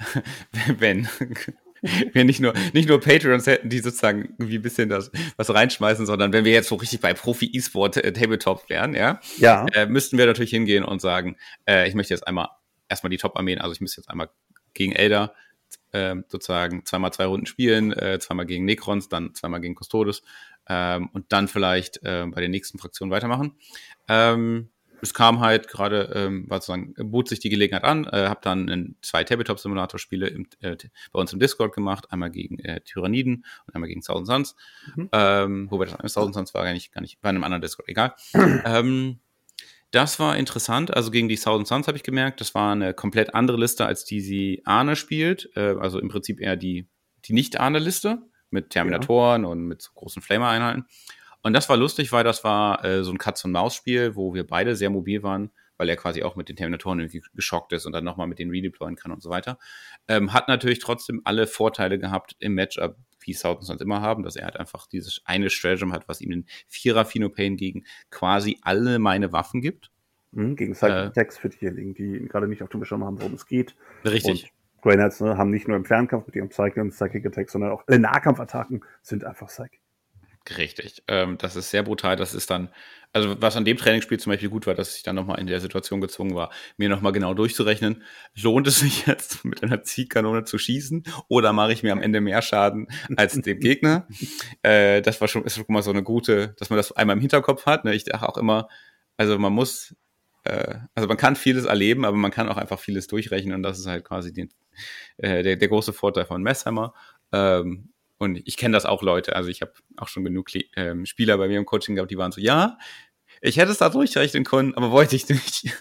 wenn wir nicht nur, nicht nur Patreons hätten, die sozusagen irgendwie ein bisschen das was reinschmeißen, sondern wenn wir jetzt so richtig bei Profi-E-Sport äh, Tabletop wären, ja, ja. Äh, müssten wir natürlich hingehen und sagen, äh, ich möchte jetzt einmal erstmal die Top-Armeen, also ich müsste jetzt einmal gegen Eldar äh, sozusagen zweimal zwei Runden spielen, äh, zweimal gegen Necrons, dann zweimal gegen Custodes ähm, und dann vielleicht äh, bei den nächsten Fraktionen weitermachen. Ähm, Es kam halt gerade, ähm, war sozusagen, bot sich die Gelegenheit an, äh, habe dann in zwei Tabletop-Simulator-Spiele im, äh, bei uns im Discord gemacht, einmal gegen äh, Tyranniden und einmal gegen Thousand Suns. Mhm. Ähm, wobei das Thousand Suns war gar nicht, gar nicht, war in einem anderen Discord, egal. ähm, das war interessant, also gegen die Thousand Suns habe ich gemerkt, das war eine komplett andere Liste, als die sie Arne spielt, äh, also im Prinzip eher die, die Nicht-Arne-Liste mit Terminatoren ja. und mit so großen Flamer-Einheiten. Und das war lustig, weil das war äh, so ein Katz-und-Maus-Spiel, wo wir beide sehr mobil waren, weil er quasi auch mit den Terminatoren irgendwie geschockt ist und dann nochmal mit denen redeployen kann und so weiter. Ähm, hat natürlich trotzdem alle Vorteile gehabt im Matchup, wie Thousand Suns immer haben, dass er halt einfach dieses eine Stratagem hat, was ihm den Vierer-Phenopain gegen quasi alle meine Waffen gibt. Mhm, gegen Psychic äh, Attacks für diejenigen, die gerade nicht auf dem Beschirm haben, worum es geht. Richtig. Und Grey Knights ne, haben nicht nur im Fernkampf mit ihrem Psychic, Psychic Attacks, sondern auch alle Nahkampfattacken sind einfach Psychic. Richtig. Ähm, das ist sehr brutal. Das ist dann, also was an dem Trainingsspiel zum Beispiel gut war, dass ich dann nochmal in der Situation gezwungen war, mir nochmal genau durchzurechnen, lohnt es sich jetzt mit einer Zielkanone zu schießen oder mache ich mir am Ende mehr Schaden als dem Gegner? äh, das war schon, ist schon mal so eine gute, dass man das einmal im Hinterkopf hat. Ne? Ich dachte auch immer, also man muss, äh, also man kann vieles erleben, aber man kann auch einfach vieles durchrechnen und das ist halt quasi den, äh, der, der große Vorteil von Messhammer. Ähm, Und ich kenne das auch, Leute. Also ich habe auch schon genug ähm, Spieler bei mir im Coaching gehabt, die waren so, ja, ich hätte es da durchrechnen können, aber wollte ich nicht.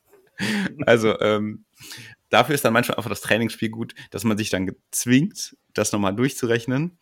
also ähm, dafür ist dann manchmal einfach das Trainingsspiel gut, dass man sich dann zwingt, das nochmal durchzurechnen,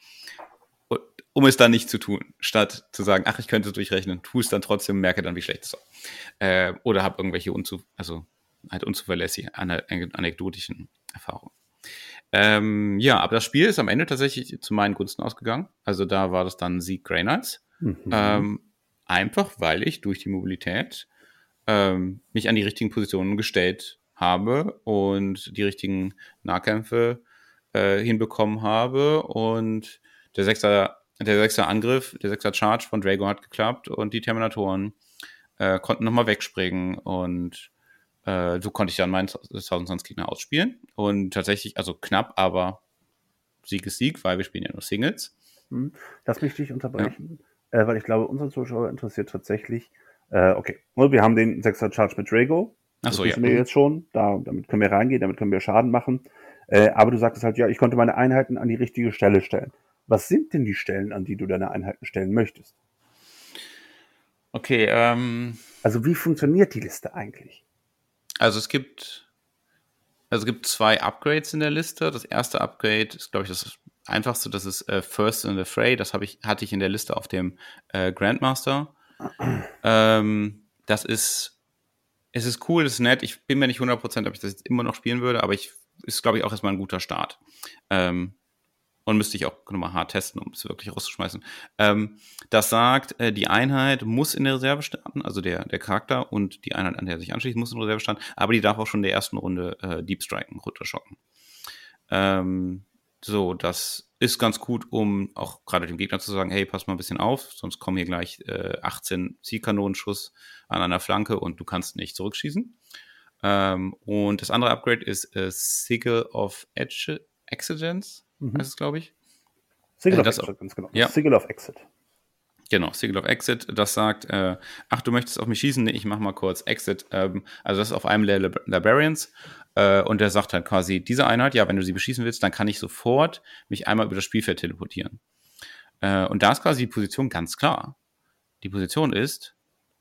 um es dann nicht zu tun, statt zu sagen, ach, ich könnte es durchrechnen, tu es dann trotzdem, merke dann, wie schlecht es ist. Äh, oder habe irgendwelche unzu also halt unzuverlässigen, anekdotischen Erfahrungen. Ähm, ja, aber das Spiel ist am Ende tatsächlich zu meinen Gunsten ausgegangen. Also da war das dann Sieg Grey Knights. Mhm. Ähm, einfach, weil ich durch die Mobilität ähm, mich an die richtigen Positionen gestellt habe und die richtigen Nahkämpfe äh, hinbekommen habe. Und der Sechser, der Sechser Angriff, der Sechser Charge von Drago hat geklappt und die Terminatoren äh, konnten nochmal wegspringen und Äh, so konnte ich dann meinen Thousand Suns Gegner ausspielen. Und tatsächlich, also knapp, aber Sieg ist Sieg, weil wir spielen ja nur Singles. Lass mich dich unterbrechen, ja. äh, weil ich glaube, unsere Zuschauer interessiert tatsächlich, äh, okay, wir haben den Sechser Charge mit Drago. Ach so, das wissen ja. wir jetzt schon. Da, damit können wir reingehen, damit können wir Schaden machen. Äh, aber du sagtest halt, ja, ich konnte meine Einheiten an die richtige Stelle stellen. Was sind denn die Stellen, an die du deine Einheiten stellen möchtest? Okay, ähm. Also wie funktioniert die Liste eigentlich? Also es gibt, also es gibt zwei Upgrades in der Liste. Das erste Upgrade ist, glaube ich, das einfachste. Das ist äh, First in the Fray. Das habe ich, hatte ich in der Liste auf dem äh, Grandmaster. ähm, das ist, es ist cool, es ist nett. Ich bin mir nicht hundert Prozent, ob ich das jetzt immer noch spielen würde, aber ich ist, glaube ich, auch erstmal ein guter Start. Ähm, Und müsste ich auch nochmal hart testen, um es wirklich rauszuschmeißen. Ähm, das sagt, äh, die Einheit muss in der Reserve starten, also der, der Charakter und die Einheit, an der er sich anschließt, muss in der Reserve starten, aber die darf auch schon in der ersten Runde äh, Deep Striken, runterschocken. Ähm, so, das ist ganz gut, um auch gerade dem Gegner zu sagen, hey, pass mal ein bisschen auf, sonst kommen hier gleich äh, achtzehn Zielkanonenschuss an einer Flanke und du kannst nicht zurückschießen. Ähm, und das andere Upgrade ist äh, Sigil of Edge Accidents, Mhm. heißt es, glaube ich. Sigil Äh, of das, Exit, ganz genau. ja, Sigil of Exit. genau, Sigil of Exit, das sagt, äh, ach, du möchtest auf mich schießen? Nee, ich mach mal kurz Exit. Ähm, also das ist auf einem der Lib- Librarians. Äh, und der sagt halt quasi, diese Einheit, ja, wenn du sie beschießen willst, dann kann ich sofort mich einmal über das Spielfeld teleportieren. Äh, und da ist quasi die Position ganz klar. Die Position ist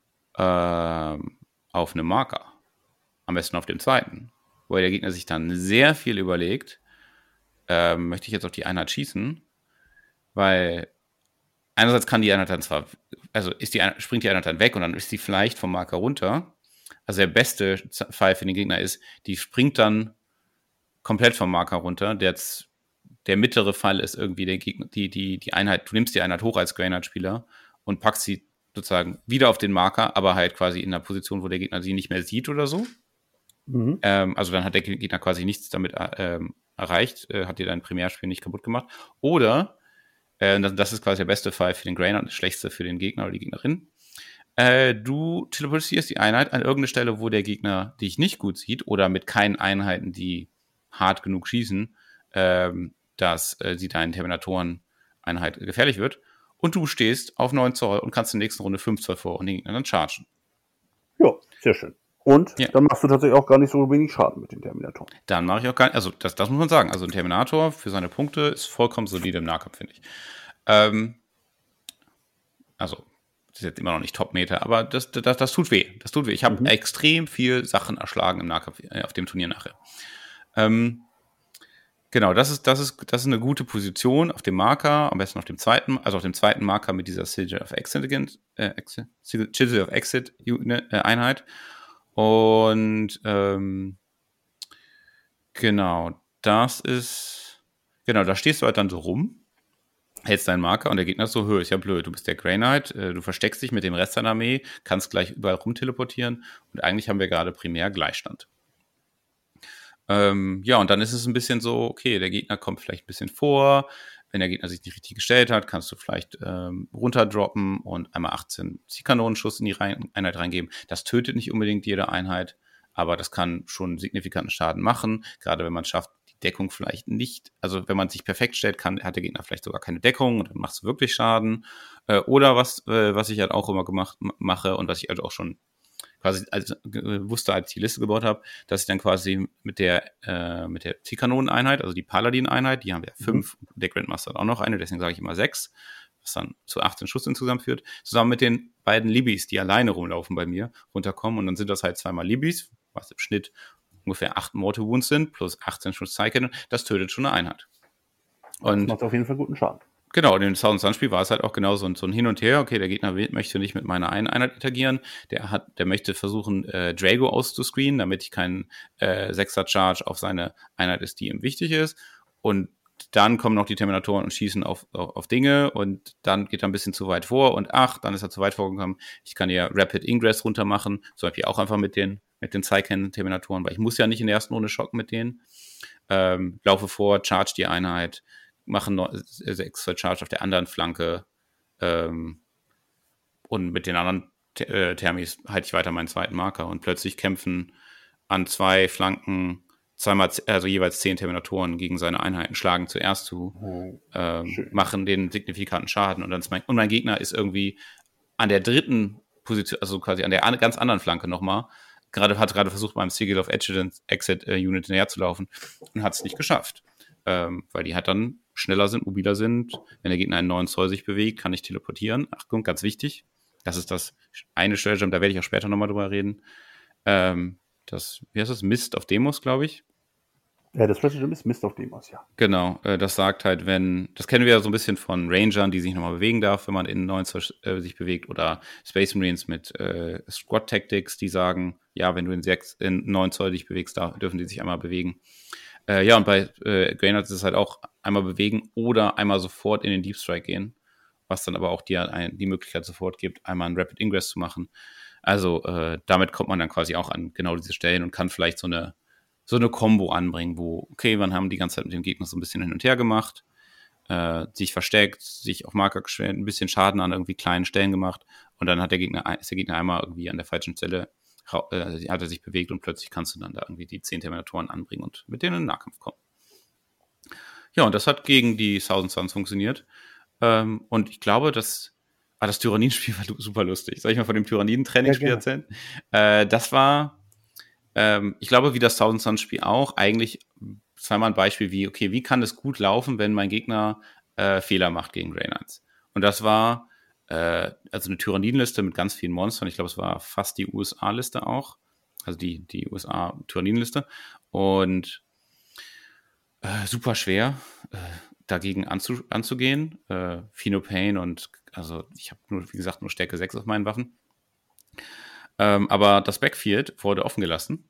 ähm, auf einem Marker. Am besten auf dem zweiten. Wo der Gegner sich dann sehr viel überlegt, ähm, möchte ich jetzt auf die Einheit schießen? Weil einerseits kann die Einheit dann zwar, also ist die, springt die Einheit dann weg und dann ist sie vielleicht vom Marker runter. Also der beste Fall für den Gegner ist, die springt dann komplett vom Marker runter. Der, der mittlere Fall ist irgendwie der Gegner, die, die, die Einheit, du nimmst die Einheit hoch als Greynight-Spieler und packst sie sozusagen wieder auf den Marker, aber halt quasi in einer Position, wo der Gegner sie nicht mehr sieht oder so. Mhm. Ähm, also dann hat der Gegner quasi nichts damit ähm, erreicht, äh, hat dir dein Primärspiel nicht kaputt gemacht. Oder, äh, das, das ist quasi der beste Fall für den Greynight und das schlechteste für den Gegner oder die Gegnerin. Äh, du teleportierst die Einheit an irgendeine Stelle, wo der Gegner dich nicht gut sieht oder mit keinen Einheiten, die hart genug schießen, ähm, dass äh, sie deinen Terminatoren-Einheit gefährlich wird. Und du stehst auf neun Zoll und kannst in der nächsten Runde fünf Zoll vor und den Gegner dann chargen. Ja, sehr schön. Und ja. Dann machst du tatsächlich auch gar nicht so wenig Schaden mit den Terminatoren. Dann mache ich auch gar nicht, also das, das muss man sagen. Also ein Terminator für seine Punkte ist vollkommen solide im Nahkampf, finde ich. Ähm, also, das ist jetzt immer noch nicht Top-Meter, aber das, das, das tut weh. Das tut weh. Ich habe mhm. extrem viel Sachen erschlagen im Nahkampf äh, auf dem Turnier nachher. Ähm, genau, das ist, das ist, das ist eine gute Position auf dem Marker, am besten auf dem zweiten, also auf dem zweiten Marker mit dieser Sigil of Exit, äh, Sigil of Exit äh, Einheit. Und ähm, genau, das ist, genau, da stehst du halt dann so rum, hältst deinen Marker und der Gegner ist so, hör, ist ja blöd, du bist der Grey Knight, äh, du versteckst dich mit dem Rest deiner Armee, kannst gleich überall rumteleportieren und eigentlich haben wir gerade primär Gleichstand. Ähm, ja, und dann ist es ein bisschen so, okay, der Gegner kommt vielleicht ein bisschen vor, wenn der Gegner sich nicht richtig gestellt hat, kannst du vielleicht ähm, runterdroppen und einmal achtzehn Zielkanonenschuss in die Rein- Einheit reingeben. Das tötet nicht unbedingt jede Einheit, aber das kann schon signifikanten Schaden machen, gerade wenn man es schafft, die Deckung vielleicht nicht, also wenn man sich perfekt stellt, kann, hat der Gegner vielleicht sogar keine Deckung und dann macht es wirklich Schaden. Äh, oder was, äh, was ich halt auch immer gemacht mache und was ich halt auch schon quasi als, äh, wusste, als ich die Liste gebaut habe, dass ich dann quasi mit der äh, mit der Zielkanoneneinheit, also die Paladin-Einheit, die haben wir fünf, mhm. der Grandmaster hat auch noch eine, deswegen sage ich immer sechs, was dann zu achtzehn Schuss insgesamt führt, zusammen mit den beiden Libis, die alleine rumlaufen bei mir, runterkommen und dann sind das halt zweimal Libis, was im Schnitt ungefähr acht Mortal Wounds sind, plus achtzehn Schuss Psychic, das tötet schon eine Einheit. Und das macht auf jeden Fall guten Schaden. Genau, in dem Thousand Sun Spiel war es halt auch genau so ein, so ein Hin und Her. Okay, der Gegner möchte nicht mit meiner einen Einheit interagieren. Der hat, der möchte versuchen, äh, Drago auszuscreenen, damit ich kein äh, Sechser-Charge auf seine Einheit ist, die ihm wichtig ist. Und dann kommen noch die Terminatoren und schießen auf, auf, auf Dinge und dann geht er ein bisschen zu weit vor und ach, dann ist er zu weit vorgekommen. Ich kann ja Rapid Ingress runter machen, zum Beispiel auch einfach mit den, mit den Zeichen-Terminatoren, weil ich muss ja nicht in der ersten Runde schocken mit denen. Ähm, laufe vor, charge die Einheit, machen extra Charge auf der anderen Flanke ähm, und mit den anderen T- äh, Thermis halte ich weiter meinen zweiten Marker und plötzlich kämpfen an zwei Flanken zweimal, also jeweils zehn Terminatoren gegen seine Einheiten, schlagen zuerst zu, oh, ähm, machen den signifikanten Schaden und dann ist mein, und mein Gegner ist irgendwie an der dritten Position, also quasi an der an, ganz anderen Flanke nochmal, gerade hat gerade versucht, beim Sigil of Exit äh, Unit näher zu laufen und hat es nicht geschafft. Ähm, weil die halt dann schneller sind, mobiler sind. Wenn der Gegner einen neuen Zoll sich bewegt, kann ich teleportieren. Achtung, ganz wichtig. Das ist das eine Stratagem, da werde ich auch später nochmal drüber reden. Ähm, das, wie heißt das? Mist auf Demos, glaube ich. Ja, das Stratagem ist Mist auf Demos, ja. Genau, äh, das sagt halt, wenn, das kennen wir ja so ein bisschen von Rangern, die sich nochmal bewegen darf, wenn man in neun Zoll äh, sich bewegt, oder Space Marines mit äh, Squad Tactics, die sagen, ja, wenn du in, sechs, in neun Zoll dich bewegst, da dürfen die sich einmal bewegen. Äh, ja, und bei äh, Grey Knights ist es halt auch einmal bewegen oder einmal sofort in den Deep Strike gehen, was dann aber auch dir ein, die Möglichkeit sofort gibt, einmal einen Rapid Ingress zu machen. Also äh, damit kommt man dann quasi auch an genau diese Stellen und kann vielleicht so eine so eine Combo anbringen, wo, okay, wir haben die ganze Zeit mit dem Gegner so ein bisschen hin und her gemacht äh, sich versteckt, sich auf Marker gestellt, ein bisschen Schaden an irgendwie kleinen Stellen gemacht und dann hat der Gegner, ist der Gegner einmal irgendwie an der falschen Stelle, äh, hat er sich bewegt und plötzlich kannst du dann da irgendwie die zehn Terminatoren anbringen und mit denen in den Nahkampf kommen. Ja, und das hat gegen die Thousand Suns funktioniert. Ähm, und ich glaube, das, ah, das Tyranniden-Spiel war super lustig. Soll ich mal von dem Tyranniden-Trainingsspiel Ja, erzählen? Äh, das war, ähm, ich glaube, wie das Thousand Suns-Spiel auch, eigentlich zweimal ein Beispiel wie, okay, wie kann es gut laufen, wenn mein Gegner äh, Fehler macht gegen Grey Knights? Und das war äh, also eine Tyrannidenliste mit ganz vielen Monstern. Ich glaube, es war fast die U S A-Liste auch. Also die, die U S A-Tyrannidenliste. Und äh, super schwer, äh, dagegen anzu, anzugehen. Äh, Phenopain und also ich habe nur, wie gesagt, nur Stärke sechs auf meinen Waffen. Ähm, aber das Backfield wurde offen gelassen.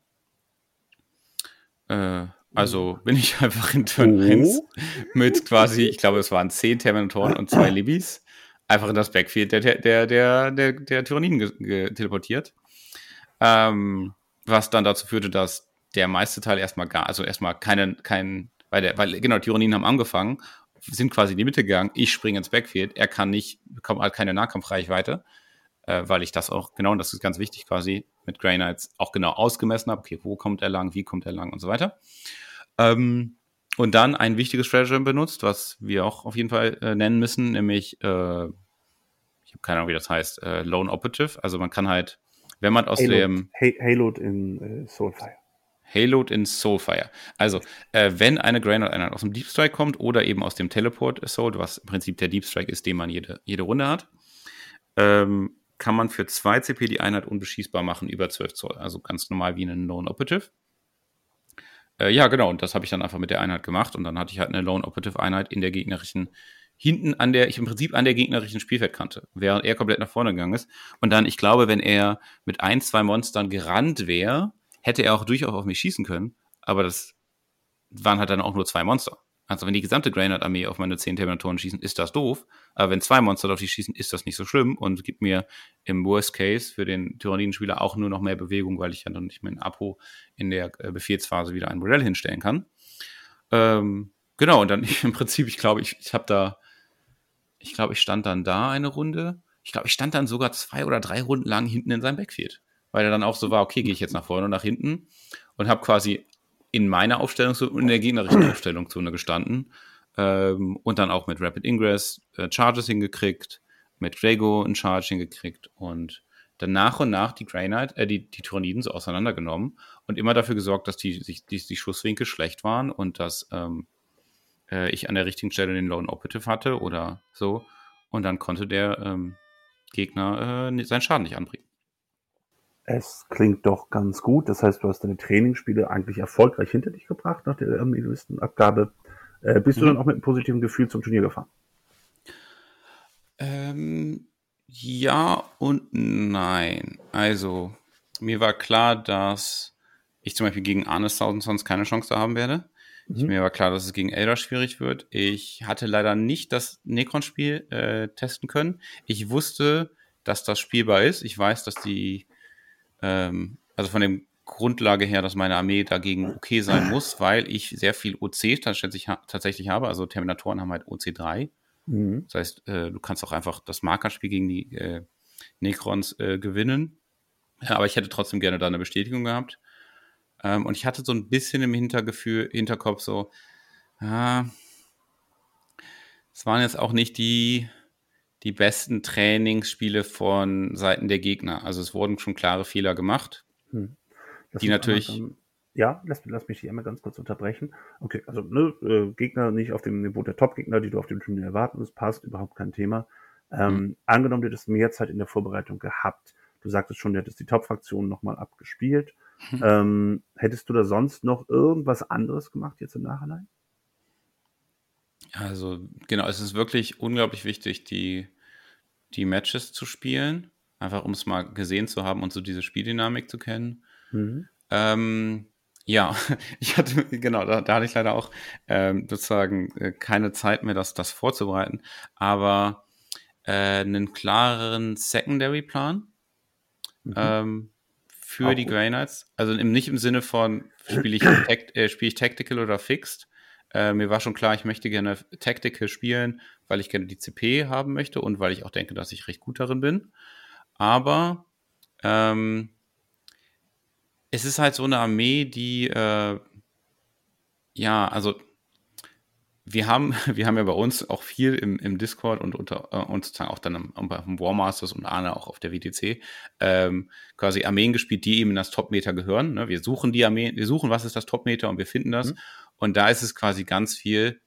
Äh, also bin ich einfach in Turn Oh. eins mit quasi, ich glaube, es waren zehn Terminatoren und zwei Libis, einfach in das Backfield der, der, der, der, der Tyranniden teleportiert. Ähm, was dann dazu führte, dass der meiste Teil erstmal gar, also erstmal keinen, keinen, weil der, weil, genau, Tyranniden haben angefangen, sind quasi in die Mitte gegangen, ich springe ins Backfield, er kann nicht, bekommt halt keine Nahkampfreichweite, äh, weil ich das auch, genau, und das ist ganz wichtig quasi, mit Grey Knights auch genau ausgemessen habe, okay, wo kommt er lang, wie kommt er lang und so weiter. Ähm, und dann ein wichtiges Stratagem benutzt, was wir auch auf jeden Fall äh, nennen müssen, nämlich, äh, ich habe keine Ahnung, wie das heißt, äh, Lone Operative, also man kann halt, wenn man aus Halo, dem Halo in äh, Soulfire. Halo in Soulfire. Also, äh, wenn eine Grey Knight aus dem Deep Strike kommt oder eben aus dem Teleport Assault, was im Prinzip der Deep Strike ist, den man jede, jede Runde hat, ähm, kann man für zwei C P die Einheit unbeschießbar machen über zwölf Zoll. Also ganz normal wie einen Lone Operative. Äh, ja, genau. Und das habe ich dann einfach mit der Einheit gemacht. Und dann hatte ich halt eine Lone Operative Einheit in der gegnerischen, hinten an der, ich im Prinzip an der gegnerischen Spielfeldkante, während er komplett nach vorne gegangen ist. Und dann, ich glaube, wenn er mit ein, zwei Monstern gerannt wäre, hätte er auch durchaus auf mich schießen können. Aber das waren halt dann auch nur zwei Monster. Also wenn die gesamte Grey Knight-Armee auf meine zehn Terminatoren schießen, ist das doof. Aber wenn zwei Monster auf die schießen, ist das nicht so schlimm und gibt mir im Worst Case für den Tyranniden-Spieler auch nur noch mehr Bewegung, weil ich ja dann nicht mehr in Apo in der äh, Befehlsphase wieder ein Modell hinstellen kann. Ähm, genau, und dann ich, im Prinzip, ich glaube, ich, ich habe da, ich glaube, ich stand dann da eine Runde. Ich glaube, ich stand dann sogar zwei oder drei Runden lang hinten in seinem Backfield. Weil er dann auch so war, okay, gehe ich jetzt nach vorne und nach hinten und habe quasi in meiner Aufstellungszone und in der gegnerischen Aufstellungszone gestanden. Ähm, und dann auch mit Rapid Ingress äh, Charges hingekriegt, mit Drago einen Charge hingekriegt und dann nach und nach die Grey Knight, äh, die, die Tyranniden so auseinandergenommen und immer dafür gesorgt, dass die, die, die, die Schusswinkel schlecht waren und dass ähm, äh, ich an der richtigen Stelle den Lone Operative hatte oder so. Und dann konnte der ähm, Gegner äh, seinen Schaden nicht anbringen. Es klingt doch ganz gut. Das heißt, du hast deine Trainingsspiele eigentlich erfolgreich hinter dich gebracht nach der Listenabgabe. Äh, bist mhm. du dann auch mit einem positiven Gefühl zum Turnier gefahren? Ähm, ja und nein. Also, mir war klar, dass ich zum Beispiel gegen Arnes Thousand Suns keine Chance haben werde. Mhm. Ich, mir war klar, dass es gegen Elder schwierig wird. Ich hatte leider nicht das Necron-Spiel äh, testen können. Ich wusste, dass das spielbar ist. Ich weiß, dass die ähm, also von der Grundlage her, dass meine Armee dagegen okay sein muss, weil ich sehr viel O C tatsächlich, tatsächlich habe. Also Terminatoren haben halt O C drei. Mhm. Das heißt, äh, du kannst auch einfach das Markerspiel gegen die äh, Necrons äh, gewinnen. Ja, aber ich hätte trotzdem gerne da eine Bestätigung gehabt. Ähm, und ich hatte so ein bisschen im Hintergefühl, Hinterkopf so, ah, es waren jetzt auch nicht die, die besten Trainingsspiele von Seiten der Gegner. Also es wurden schon klare Fehler gemacht. Hm. Die natürlich. Dann, ja, lass, lass mich hier einmal ganz kurz unterbrechen. Okay, also ne, äh, Gegner nicht auf dem Niveau der Top-Gegner, die du auf dem Turnier erwarten musst, passt, überhaupt kein Thema. Ähm, hm. Angenommen, du hättest mehr Zeit in der Vorbereitung gehabt. Du sagtest schon, du hättest die Top-Fraktion nochmal abgespielt. Hm. Ähm, hättest du da sonst noch irgendwas anderes gemacht jetzt im Nachhinein? Also genau, es ist wirklich unglaublich wichtig, die, die Matches zu spielen, einfach um es mal gesehen zu haben und so diese Spieldynamik zu kennen. Mhm. Ähm, ja, ich hatte, genau, da, da hatte ich leider auch ähm, sozusagen äh, keine Zeit mehr, das, das vorzubereiten, aber äh, einen klareren Secondary-Plan mhm. ähm, für auch die Grey Knights. Also im, nicht im Sinne von, spiele ich, äh, spiel ich Tactical oder Fixed, Äh, mir war schon klar, ich möchte gerne Tactical spielen, weil ich gerne die C P haben möchte und weil ich auch denke, dass ich recht gut darin bin. Aber ähm, es ist halt so eine Armee, die äh, ja, also wir haben, wir haben ja bei uns auch viel im, im Discord und unter äh, und sozusagen auch dann am, am War Masters und Arne auch auf der W T C ähm, quasi Armeen gespielt, die eben in das Top-Meta gehören. Ne? Wir suchen die Armeen, wir suchen, was ist das Top-Meta und wir finden das. Mhm. Und da ist es quasi ganz viel,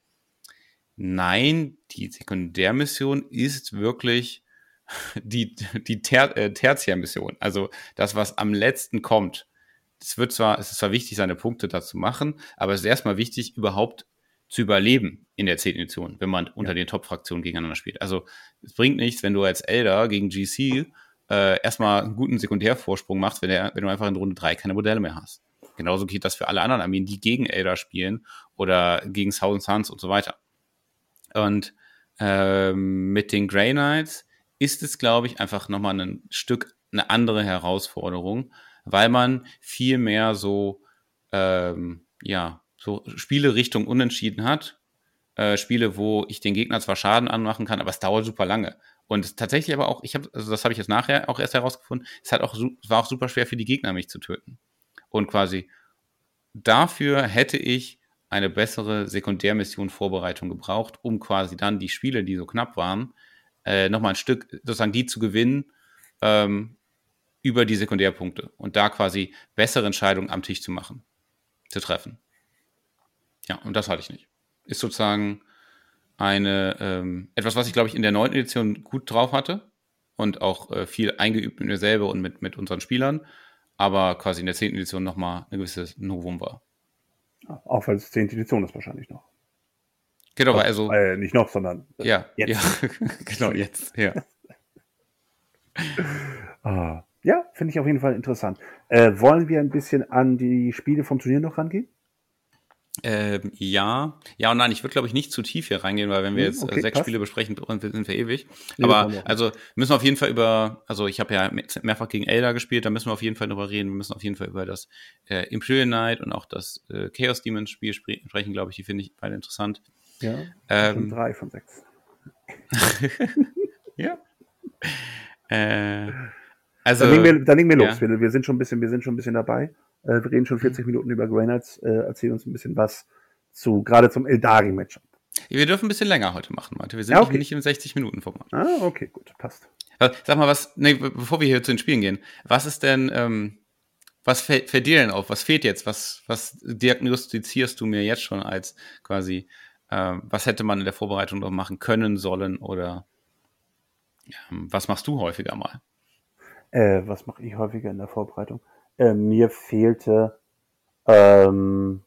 nein, die Sekundärmission ist wirklich die, die Ter äh, Tertiärmission. Also das, was am letzten kommt. Es wird zwar, es ist zwar wichtig, seine Punkte dazu machen, aber es ist erstmal wichtig, überhaupt zu überleben in der zehnten Edition, wenn man unter ja. den Top-Fraktionen gegeneinander spielt. Also es bringt nichts, wenn du als Elder gegen G C äh, erstmal einen guten Sekundärvorsprung machst, wenn, der, wenn du einfach in Runde drei keine Modelle mehr hast. Genauso geht das für alle anderen Armeen, die gegen Elder spielen oder gegen Thousand Suns und so weiter. Und ähm, mit den Grey Knights ist es, glaube ich, einfach nochmal ein Stück eine andere Herausforderung, weil man viel mehr so, ähm, ja, so Spiele Richtung Unentschieden hat. Äh, Spiele, wo ich den Gegner zwar Schaden anmachen kann, aber es dauert super lange. Und tatsächlich aber auch, ich habe, also das habe ich jetzt nachher auch erst herausgefunden, es hat auch, es war auch super schwer für die Gegner, mich zu töten. Und quasi dafür hätte ich eine bessere Sekundärmission Vorbereitung gebraucht, um quasi dann die Spiele, die so knapp waren, äh, nochmal ein Stück, sozusagen die zu gewinnen, ähm, über die Sekundärpunkte und da quasi bessere Entscheidungen am Tisch zu machen, zu treffen. Ja, und das hatte ich nicht. Ist sozusagen eine, ähm, etwas, was ich, glaube ich, in der neunten Edition gut drauf hatte und auch äh, viel eingeübt mit mir selber und mit, mit unseren Spielern, aber quasi in der zehnten Edition nochmal ein gewisses Novum war. Auch weil es zehnte Edition ist wahrscheinlich noch. Genau, also, also äh, nicht noch, sondern ja, jetzt. Ja, genau, jetzt, ja. ah, ja, finde ich auf jeden Fall interessant. Äh, wollen wir ein bisschen an die Spiele vom Turnier noch rangehen? Ähm, ja, ja und nein, ich würde, glaube ich, nicht zu tief hier reingehen, weil wenn wir jetzt okay, äh, sechs passt. Spiele besprechen, sind wir ewig. Nee, aber also müssen wir auf jeden Fall über, also ich habe ja mehrfach gegen Elder gespielt, da müssen wir auf jeden Fall drüber reden. Wir müssen auf jeden Fall über das äh, Imperial Knight und auch das äh, Chaos Demons Spiel spre- sprechen, glaube ich, die finde ich beide interessant. Ja, ähm, drei von sechs. Ja. äh, also, dann legen wir, dann legen wir los. Ja. Wir, wir, sind schon ein bisschen, wir sind schon ein bisschen dabei. Äh, wir reden schon vierzig mhm. Minuten über Grey Knights. Äh, erzähl uns ein bisschen was zu, gerade zum Eldari-Matchup. Wir dürfen ein bisschen länger heute machen, Malte. Wir sind ja, okay. nicht im sechzig-Minuten-Format. Ah, okay, gut, passt. Sag mal, was, nee, bevor wir hier zu den Spielen gehen, was ist denn, ähm, was fällt, fällt dir denn auf? Was fehlt jetzt? Was, was diagnostizierst du mir jetzt schon als quasi, ähm, was hätte man in der Vorbereitung noch machen können, sollen oder ähm, was machst du häufiger mal? Äh, was mache ich häufiger in der Vorbereitung? Äh, mir fehlte, ähm,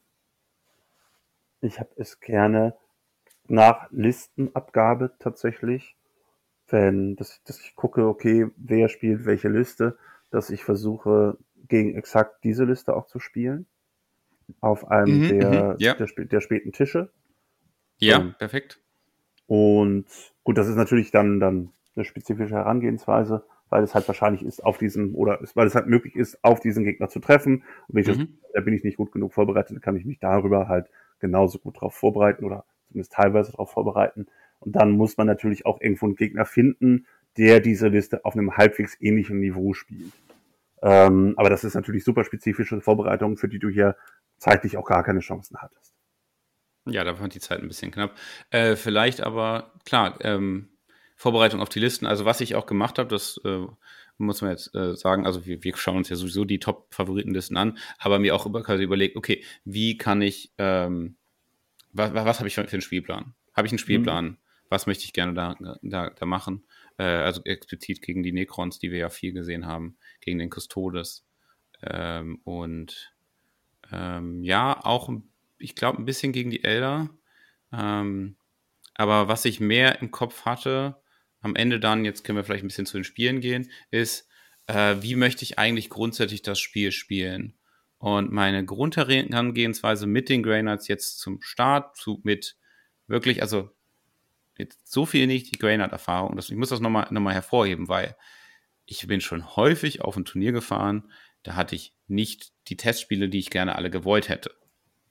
ich habe es gerne nach Listenabgabe tatsächlich, wenn dass, dass ich gucke, okay, wer spielt welche Liste, dass ich versuche, gegen exakt diese Liste auch zu spielen. Auf einem Mhm, der, mhm, ja. der, der späten Tische. Ja, so. Perfekt. Und gut, das ist natürlich dann, dann eine spezifische Herangehensweise, weil es halt wahrscheinlich ist, auf diesem, oder weil es halt möglich ist, auf diesen Gegner zu treffen. Und wenn ich Mhm. das, da bin ich nicht gut genug vorbereitet, dann kann ich mich darüber halt genauso gut drauf vorbereiten oder zumindest teilweise darauf vorbereiten. Und dann muss man natürlich auch irgendwo einen Gegner finden, der diese Liste auf einem halbwegs ähnlichen Niveau spielt. Ähm, aber das ist natürlich super spezifische Vorbereitung, für die du hier zeitlich auch gar keine Chancen hattest. Ja, da war die Zeit ein bisschen knapp. Äh, vielleicht aber, klar, ähm, Vorbereitung auf die Listen. Also was ich auch gemacht habe, das äh, muss man jetzt äh, sagen, also wir, wir schauen uns ja sowieso die Top-Favoritenlisten an, aber mir auch über, quasi überlegt, okay, wie kann ich, ähm, was, was habe ich für einen Spielplan? Habe ich einen Spielplan? Mhm. Was möchte ich gerne da, da, da machen? Äh, also explizit gegen die Necrons, die wir ja viel gesehen haben, gegen den Custodes. Ähm, und ähm, ja, auch, ich glaube, ein bisschen gegen die Elder. Ähm, aber was ich mehr im Kopf hatte, am Ende dann, jetzt können wir vielleicht ein bisschen zu den Spielen gehen, ist, äh, wie möchte ich eigentlich grundsätzlich das Spiel spielen? Und meine Grundherangehensweise mit den Grey Knights jetzt zum Start, zu, mit wirklich, also jetzt so viel nicht die Grey Knight-Erfahrung, ich muss das nochmal noch mal hervorheben, weil ich bin schon häufig auf ein Turnier gefahren, da hatte ich nicht die Testspiele, die ich gerne alle gewollt hätte.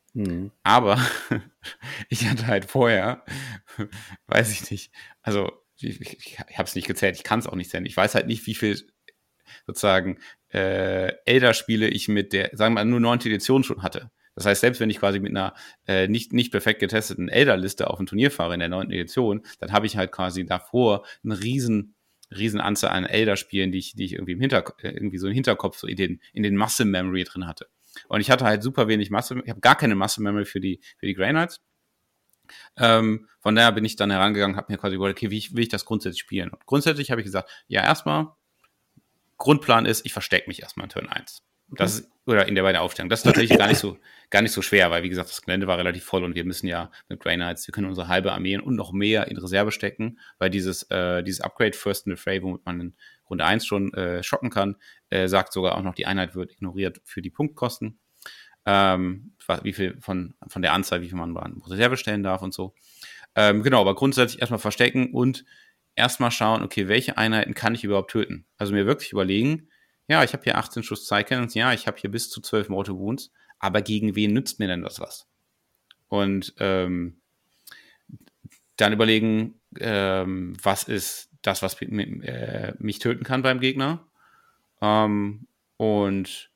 Mhm. Aber ich hatte halt vorher, weiß ich nicht, also ich, ich, ich habe es nicht gezählt, ich kann es auch nicht zählen. Ich weiß halt nicht, wie viel sozusagen äh, Elder-Spiele ich mit der, sagen wir mal, nur neunte Edition schon hatte. Das heißt, selbst wenn ich quasi mit einer äh, nicht, nicht perfekt getesteten Elder-Liste auf ein Turnier fahre in der neunten Edition, dann habe ich halt quasi davor eine riesen, riesen Anzahl an Elder-Spielen, die ich, die ich irgendwie im Hinterkopf, irgendwie so im Hinterkopf, so in den, in den Muscle-Memory drin hatte. Und ich hatte halt super wenig Muscle, ich habe gar keine Muscle-Memory für die, für die Grey Knights. Ähm, von daher bin ich dann herangegangen, habe mir quasi überlegt, okay, wie ich, will ich das grundsätzlich spielen? Und grundsätzlich habe ich gesagt, ja, erstmal, Grundplan ist, ich verstecke mich erstmal in Turn eins. Das ist, oder in der bei der Aufstellung. Das ist tatsächlich gar nicht so, gar nicht so schwer, weil wie gesagt, das Gelände war relativ voll und wir müssen ja mit Grey Knights, wir können unsere halbe Armee und noch mehr in Reserve stecken, weil dieses, äh, dieses Upgrade First in the Fray, womit man in Runde eins schon äh, schocken kann, äh, sagt sogar auch noch, die Einheit wird ignoriert für die Punktkosten. Ähm, wie viel von, von der Anzahl, wie viel man in Reserve stellen darf und so. Ähm, genau, aber grundsätzlich erstmal verstecken und erstmal schauen, okay, welche Einheiten kann ich überhaupt töten? Also mir wirklich überlegen, ja, ich habe hier achtzehn Schuss Psycannons, ja, ich habe hier bis zu zwölf Mortal Wounds, aber gegen wen nützt mir denn das was? Und ähm, dann überlegen, ähm, was ist das, was äh, mich töten kann beim Gegner? Ähm, und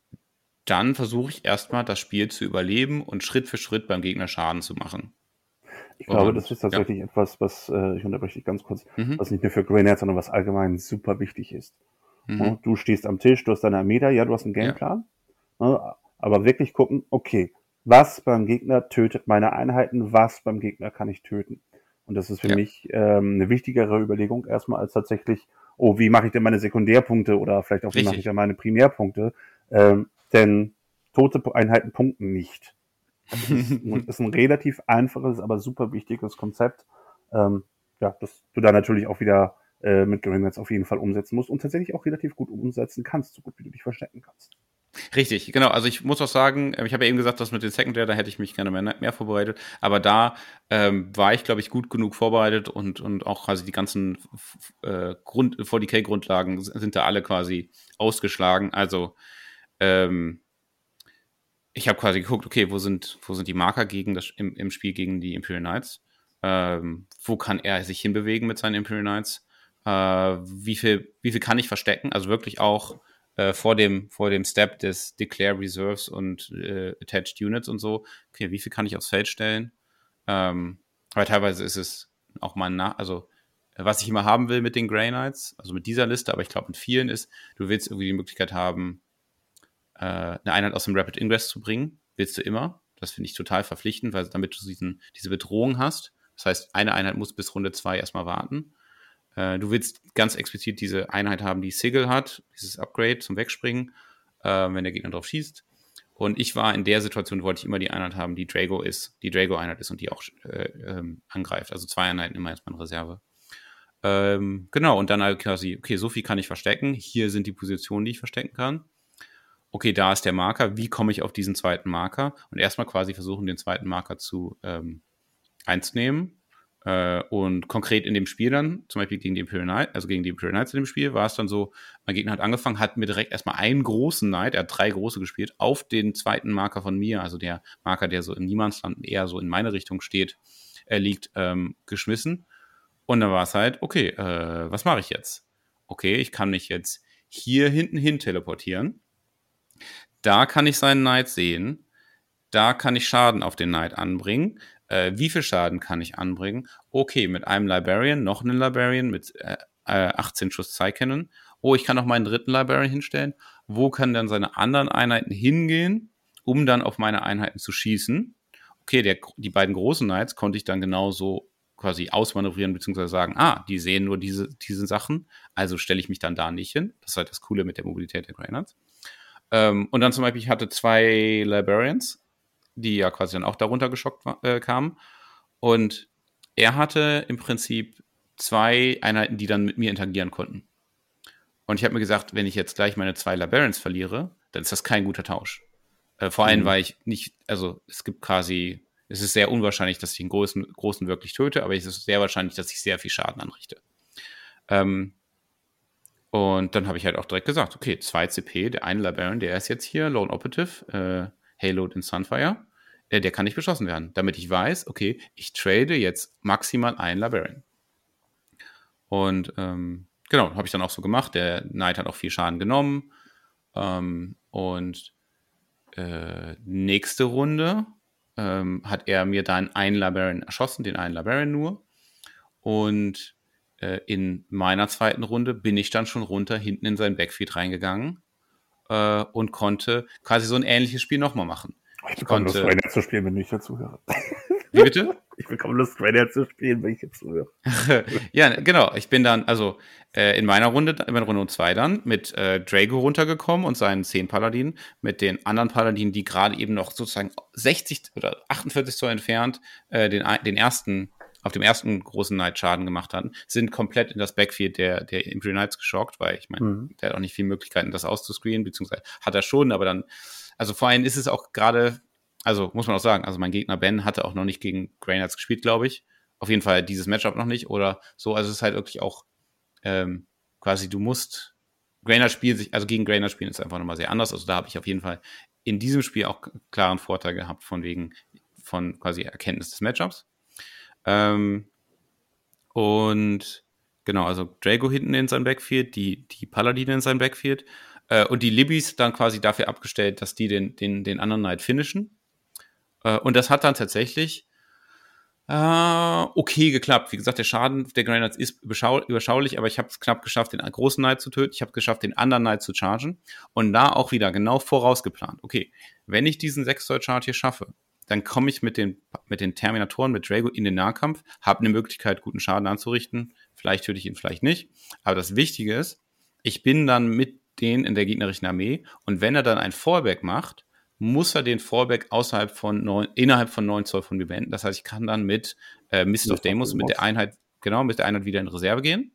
dann versuche ich erstmal das Spiel zu überleben und Schritt für Schritt beim Gegner Schaden zu machen. Ich glaube, das Und ist ja. tatsächlich etwas, was, äh, ich unterbreche dich ganz kurz, Mhm. was nicht nur für Grey Knights, sondern was allgemein super wichtig ist. Mhm. Ne? Du stehst am Tisch, du hast deine Armee da, ja, du hast einen Ja. Gameplan, ne? Aber wirklich gucken, okay, was beim Gegner tötet meine Einheiten, was beim Gegner kann ich töten. Und das ist für Ja. mich ähm, eine wichtigere Überlegung erstmal als tatsächlich, oh, wie mache ich denn meine Sekundärpunkte oder vielleicht auch, wie mache ich Richtig. denn meine Primärpunkte. Ähm, denn tote Einheiten punkten nicht. Das ist, ist ein relativ einfaches, aber super wichtiges Konzept, ähm, ja, das du da natürlich auch wieder äh, mit Grey Knights auf jeden Fall umsetzen musst und tatsächlich auch relativ gut umsetzen kannst, so gut wie du dich verstecken kannst. Richtig, genau. Also ich muss auch sagen, ich habe ja eben gesagt, das mit den Secondary, da hätte ich mich gerne mehr, mehr vorbereitet. Aber da ähm, war ich, glaube ich, gut genug vorbereitet und, und auch quasi die ganzen äh, Grund, V D K-Grundlagen sind da alle quasi ausgeschlagen. Also ähm, ich habe quasi geguckt, okay, wo sind, wo sind die Marker gegen das, im, im Spiel gegen die Imperial Knights? Ähm, wo kann er sich hinbewegen mit seinen Imperial Knights? Äh, wie viel, wie viel kann ich verstecken? Also wirklich auch äh, vor dem, vor dem Step des Declare Reserves und äh, Attached Units und so. Okay, wie viel kann ich aufs Feld stellen? Ähm, weil teilweise ist es auch mal nach, also was ich immer haben will mit den Grey Knights, also mit dieser Liste, aber ich glaube mit vielen ist, du willst irgendwie die Möglichkeit haben, äh, eine Einheit aus dem Rapid Ingress zu bringen. Willst du immer. Das finde ich total verpflichtend, weil damit du diesen, diese Bedrohung hast. Das heißt, eine Einheit muss bis Runde zwei erstmal warten. Äh, du willst ganz explizit diese Einheit haben, die Sigil hat, dieses Upgrade zum Wegspringen, äh, wenn der Gegner drauf schießt. Und ich war in der Situation, wollte ich immer die Einheit haben, die Drago ist, die Drago-Einheit ist und die auch äh, ähm, angreift. Also zwei Einheiten immer erstmal in Reserve. Ähm, genau, und dann halt quasi, okay, so viel kann ich verstecken. Hier sind die Positionen, die ich verstecken kann. Okay, da ist der Marker. Wie komme ich auf diesen zweiten Marker? Und erstmal quasi versuchen, den zweiten Marker zu ähm, einzunehmen. Äh, und konkret in dem Spiel dann, zum Beispiel gegen die Imperial Knights, also gegen die Imperial Knights in dem Spiel, war es dann so, mein Gegner hat angefangen, hat mir direkt erstmal einen großen Knight, er hat drei große gespielt, auf den zweiten Marker von mir, also der Marker, der so im Niemandsland eher so in meine Richtung steht, äh, liegt, ähm, geschmissen. Und dann war es halt, okay, äh, was mache ich jetzt? Okay, ich kann mich jetzt hier hinten hin teleportieren. Da kann ich seinen Knight sehen. Da kann ich Schaden auf den Knight anbringen. Äh, wie viel Schaden kann ich anbringen? Okay, mit einem Librarian, noch einen Librarian mit äh, achtzehn Schuss Psycannon. Oh, ich kann noch meinen dritten Librarian hinstellen. Wo kann dann seine anderen Einheiten hingehen, um dann auf meine Einheiten zu schießen? Okay, der, die beiden großen Knights konnte ich dann genauso quasi ausmanövrieren, beziehungsweise sagen, ah, die sehen nur diese, diese Sachen, also stelle ich mich dann da nicht hin. Das ist halt das Coole mit der Mobilität der Grey Knights. Ähm, und dann zum Beispiel, ich hatte zwei Librarians, die ja quasi dann auch darunter geschockt äh, kamen. Und er hatte im Prinzip zwei Einheiten, die dann mit mir interagieren konnten. Und ich habe mir gesagt, wenn ich jetzt gleich meine zwei Librarians verliere, dann ist das kein guter Tausch. Äh, vor allem, Mhm. weil ich nicht, also es gibt quasi, es ist sehr unwahrscheinlich, dass ich den großen, großen wirklich töte, aber es ist sehr wahrscheinlich, dass ich sehr viel Schaden anrichte. Ähm, und dann habe ich halt auch direkt gesagt, okay, zwei C P, der eine Librarian, der ist jetzt hier, Lone Operative, äh, Halo in Sunfire. äh, der kann nicht beschossen werden, damit ich weiß, okay, ich trade jetzt maximal einen Librarian. Und ähm, genau, habe ich dann auch so gemacht. Der Knight hat auch viel Schaden genommen. Ähm, und äh, nächste Runde ähm, hat er mir dann einen Librarian erschossen, den einen Librarian nur. Und äh, in meiner zweiten Runde bin ich dann schon runter hinten in sein Backfield reingegangen äh, und konnte quasi so ein ähnliches Spiel nochmal machen. Ich Ich bekomme Lust, konnte. Rainer zu spielen, wenn ich dazu höre. Wie bitte? Ich bekomme Lust, Rainer zu spielen, wenn ich dazu höre. Ja, genau. Ich bin dann, also äh, in meiner Runde, in meiner Runde zwei dann, mit äh, Drago runtergekommen und seinen zehn Paladinen, mit den anderen Paladinen, die gerade eben noch sozusagen sechzig oder achtundvierzig Zoll entfernt äh, den, den ersten, auf dem ersten großen Knight Schaden gemacht hatten, sind komplett in das Backfield der, der Imperial Knights geschockt, weil ich meine, mhm. der hat auch nicht viele Möglichkeiten, das auszuscreenen, beziehungsweise hat er schon, aber dann, also vor allem ist es auch gerade, also muss man auch sagen, also mein Gegner Ben hatte auch noch nicht gegen Grey Knights gespielt, glaube ich. Auf jeden Fall dieses Matchup noch nicht oder so. Also es ist halt wirklich auch ähm, quasi, du musst Grey Knights spielen sich, also gegen Grey Knights spielen ist einfach nochmal sehr anders. Also da habe ich auf jeden Fall in diesem Spiel auch klaren Vorteil gehabt von wegen von quasi Erkenntnis des Matchups. Ähm, und genau, also Drago hinten in seinem Backfield, die, die Paladine in seinem Backfield äh, und die Libbys dann quasi dafür abgestellt, dass die den, den, den anderen Knight finishen. Äh, und das hat dann tatsächlich Uh, okay geklappt. Wie gesagt, der Schaden der Grey Knights ist überschau- überschaulich, aber ich habe es knapp geschafft, den großen Knight zu töten. Ich habe es geschafft, den anderen Knight zu chargen und da auch wieder genau vorausgeplant. Okay, wenn ich diesen sechs Zoll Charge hier schaffe, dann komme ich mit den, mit den Terminatoren, mit Drago in den Nahkampf, habe eine Möglichkeit, guten Schaden anzurichten. Vielleicht töte ich ihn, vielleicht nicht. Aber das Wichtige ist, ich bin dann mit denen in der gegnerischen Armee und wenn er dann ein Fallback macht, muss er den Fallback außerhalb von neun, innerhalb von neun Zoll von mir beenden. Das heißt, ich kann dann mit äh, Mist of Deimos, mit der Einheit, genau, mit der Einheit wieder in Reserve gehen.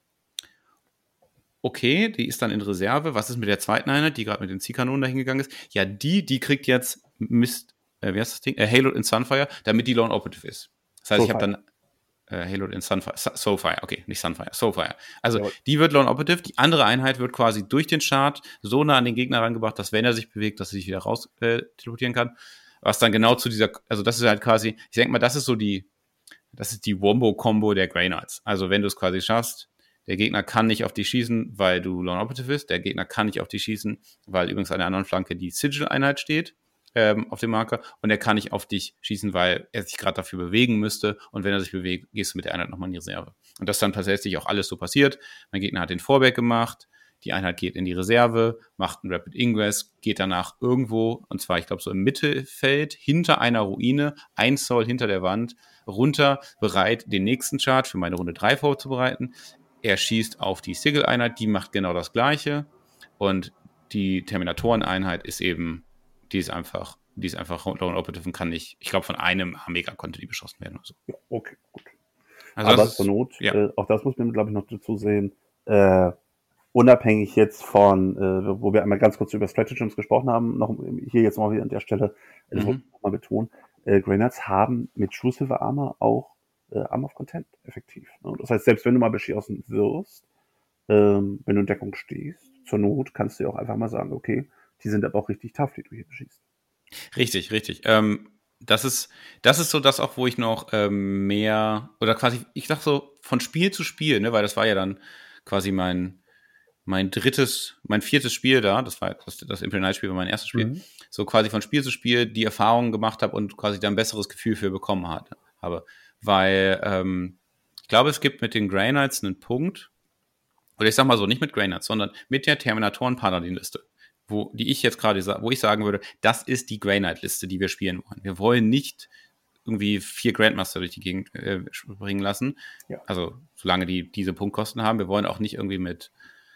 Okay, die ist dann in Reserve. Was ist mit der zweiten Einheit, die gerade mit den Ziehkanonen dahin gegangen ist? Ja, die, die kriegt jetzt Mist, äh, wie heißt das Ding? Äh, Halo in Sunfire, damit die Lone Operative ist. Das heißt, so ich habe dann äh, Halo in Sunfire, Soulfire, okay, nicht Sunfire, Soulfire. Also ja. Die wird Lone Operative, die andere Einheit wird quasi durch den Chart so nah an den Gegner rangebracht, dass wenn er sich bewegt, dass er sich wieder raus äh, teleportieren kann. Was dann genau zu dieser, also das ist halt quasi, ich denke mal, das ist so die, das ist die Wombo-Kombo der Grey Knights. Also wenn du es quasi schaffst, der Gegner kann nicht auf dich schießen, weil du Lone Operative bist, der Gegner kann nicht auf dich schießen, weil übrigens an der anderen Flanke die Sigil-Einheit steht. Ähm, auf dem Marker und er kann nicht auf dich schießen, weil er sich gerade dafür bewegen müsste und wenn er sich bewegt, gehst du mit der Einheit nochmal in die Reserve. Und das ist dann tatsächlich auch alles so passiert. Mein Gegner hat den Fallback gemacht, die Einheit geht in die Reserve, macht einen Rapid Ingress, geht danach irgendwo, und zwar ich glaube so im Mittelfeld, hinter einer Ruine, ein Zoll hinter der Wand, runter, bereit, den nächsten Charge für meine Runde drei vorzubereiten. Er schießt auf die Sigil-Einheit, die macht genau das Gleiche und die Terminatoren-Einheit ist eben Die ist einfach, die ist einfach Lone Operative und kann nicht, ich glaube, von einem Mega konnte die beschossen werden oder so. Ja, okay, gut. Also aber ist, zur Not, ja. äh, auch das muss man, glaube ich, noch dazu sehen, äh, unabhängig jetzt von, äh, wo wir einmal ganz kurz über Stratagems gesprochen haben, noch hier jetzt mal wieder an der Stelle, äh, das mhm. muss ich noch mal betonen, äh, Grey Knights haben mit True Silver Armor auch äh, Armor of Content effektiv. Ne? Das heißt, selbst wenn du mal beschossen wirst, ähm, wenn du in Deckung stehst, zur Not kannst du ja auch einfach mal sagen, okay, die sind aber auch richtig tough, die du hier beschießt. Richtig, richtig. Ähm, das ist, das ist so das auch, wo ich noch ähm, mehr, oder quasi, ich sag so, von Spiel zu Spiel, ne, weil das war ja dann quasi mein, mein drittes, mein viertes Spiel da, das war das, das Imperial Knight Spiel war mein erstes Spiel, mhm. so quasi von Spiel zu Spiel die Erfahrungen gemacht habe und quasi da ein besseres Gefühl für bekommen hat, habe. Weil ähm, ich glaube, es gibt mit den Grey Knights einen Punkt, oder ich sag mal so, nicht mit Grey Knights, sondern mit der Terminatoren-Paladin-Liste. Wo, die ich jetzt gerade, wo ich sagen würde, das ist die Grey Knight-Liste, die wir spielen wollen. Wir wollen nicht irgendwie vier Grandmaster durch die Gegend äh, bringen lassen. Ja. Also, solange die diese Punktkosten haben. Wir wollen auch nicht irgendwie mit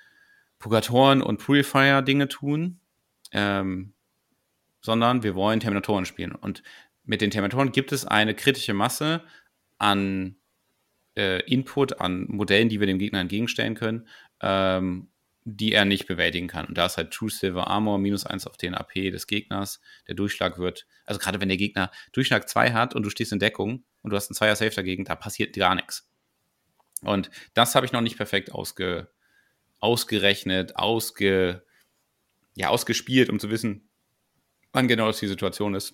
Purgatoren und Purifier Dinge tun, ähm, sondern wir wollen Terminatoren spielen. Und mit den Terminatoren gibt es eine kritische Masse an äh, Input, an Modellen, die wir dem Gegner entgegenstellen können, ähm, die er nicht bewältigen kann. Und da ist halt True Silver Armor, minus eins auf den A P des Gegners. Der Durchschlag wird, also gerade wenn der Gegner Durchschlag zwei hat und du stehst in Deckung und du hast einen Zweier-Safe dagegen, da passiert gar nichts. Und das habe ich noch nicht perfekt ausge, ausgerechnet, ausge, ja, ausgespielt, um zu wissen, wann genau das die Situation ist.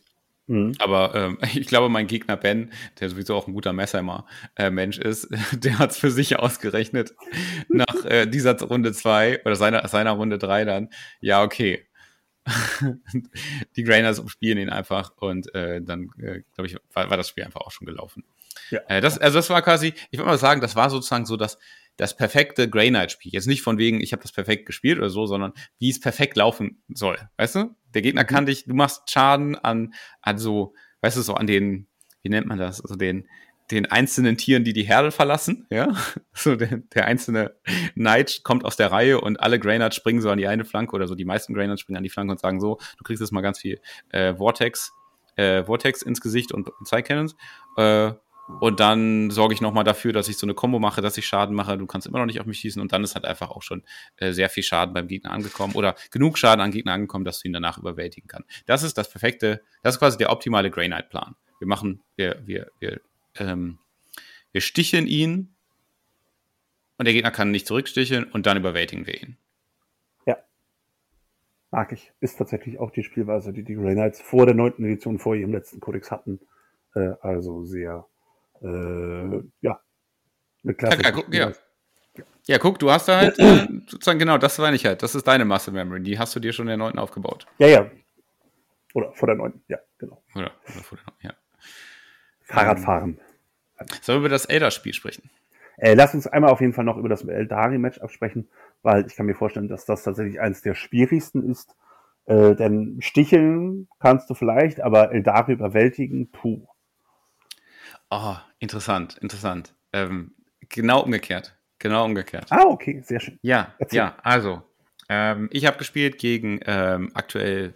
Mhm. Aber ähm, ich glaube, mein Gegner Ben, der sowieso auch ein guter Messheimer-Mensch äh, ist, der hat es für sich ausgerechnet nach äh, dieser Runde zwei oder seiner, seiner Runde drei dann. Ja, okay. Die Grainers umspielen ihn einfach und äh, dann, äh, glaube ich, war, war das Spiel einfach auch schon gelaufen. Ja. Äh, das, also das war quasi, ich würde mal sagen, das war sozusagen so das, das perfekte Grey Knight-Spiel. Jetzt nicht von wegen, ich habe das perfekt gespielt oder so, sondern wie es perfekt laufen soll. Weißt du? Der Gegner mhm. kann dich, du machst Schaden an, an so, weißt du, so an den, wie nennt man das? Also den, den einzelnen Tieren, die die Herde verlassen, ja, so der, der einzelne Knight kommt aus der Reihe und alle Grey Knights springen so an die eine Flanke oder so, die meisten Grey Knights springen an die Flanke und sagen so, du kriegst jetzt mal ganz viel äh, Vortex, äh, Vortex ins Gesicht und Sidecannons, äh, und dann sorge ich nochmal dafür, dass ich so eine Kombo mache, dass ich Schaden mache, du kannst immer noch nicht auf mich schießen und dann ist halt einfach auch schon äh, sehr viel Schaden beim Gegner angekommen oder genug Schaden an Gegner angekommen, dass du ihn danach überwältigen kannst. Das ist das perfekte, das ist quasi der optimale Grey Knight Plan. Wir machen, wir, wir, wir Ähm, wir sticheln ihn und der Gegner kann nicht zurücksticheln und dann überwältigen wir ihn. Ja. Mag ich. Ist tatsächlich auch die Spielweise, die die Grey Knights vor der neunten Edition, vor ihrem letzten Kodex hatten. Äh, also sehr, äh, ja, eine klassische ja, guck, ja. ja, guck, du hast da halt äh, sozusagen genau, das meine ich halt. Das ist deine Muscle Memory. Die hast du dir schon in der neunten aufgebaut. Ja, ja. Oder vor der neunten, ja, genau. Oder, oder vor der neunten, ja. Fahrradfahren. Ähm, sollen wir über das Eldar-Spiel sprechen? Äh, lass uns einmal auf jeden Fall noch über das Eldari-Match absprechen, weil ich kann mir vorstellen, dass das tatsächlich eines der schwierigsten ist. Äh, denn sticheln kannst du vielleicht, aber Eldari überwältigen, puh. Oh, interessant, interessant. Ähm, genau umgekehrt. Genau umgekehrt. Ah, okay, sehr schön. Ja, Erzähl. ja, also. Ähm, ich habe gespielt gegen ähm, aktuell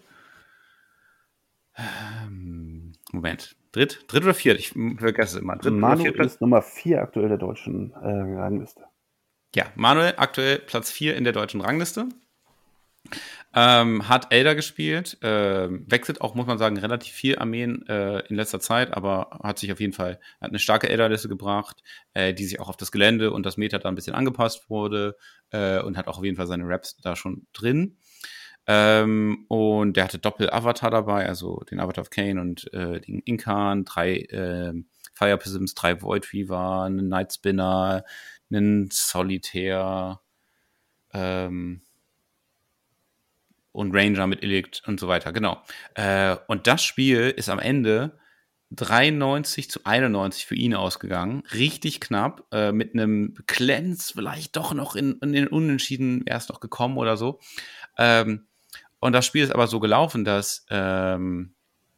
ähm, Moment. Dritt, dritt oder viert? Ich vergesse es immer. Dritt Manu oder viert ist Nummer vier aktuell der deutschen äh, Rangliste. Ja, Manuel aktuell Platz vier in der deutschen Rangliste. Ähm, hat Eldar gespielt, äh, wechselt auch, muss man sagen, relativ viel Armeen äh, in letzter Zeit, aber hat sich auf jeden Fall, hat eine starke Eldar-Liste gebracht, äh, die sich auch auf das Gelände und das Meta da ein bisschen angepasst wurde äh, und hat auch auf jeden Fall seine Raps da schon drin. Ähm, und der hatte Doppel-Avatar dabei, also den Avatar of Kane und äh, den Inkan, drei äh, Fire Prisms, drei Void Reaver, einen Night Spinner, einen Solitär, ähm, und Ranger mit Illict und so weiter, genau. Äh, und das Spiel ist am Ende dreiundneunzig zu einundneunzig für ihn ausgegangen. Richtig knapp, äh, mit einem Cleanse vielleicht doch noch in, in den Unentschieden erst noch gekommen oder so. Ähm, und das Spiel ist aber so gelaufen, dass ähm,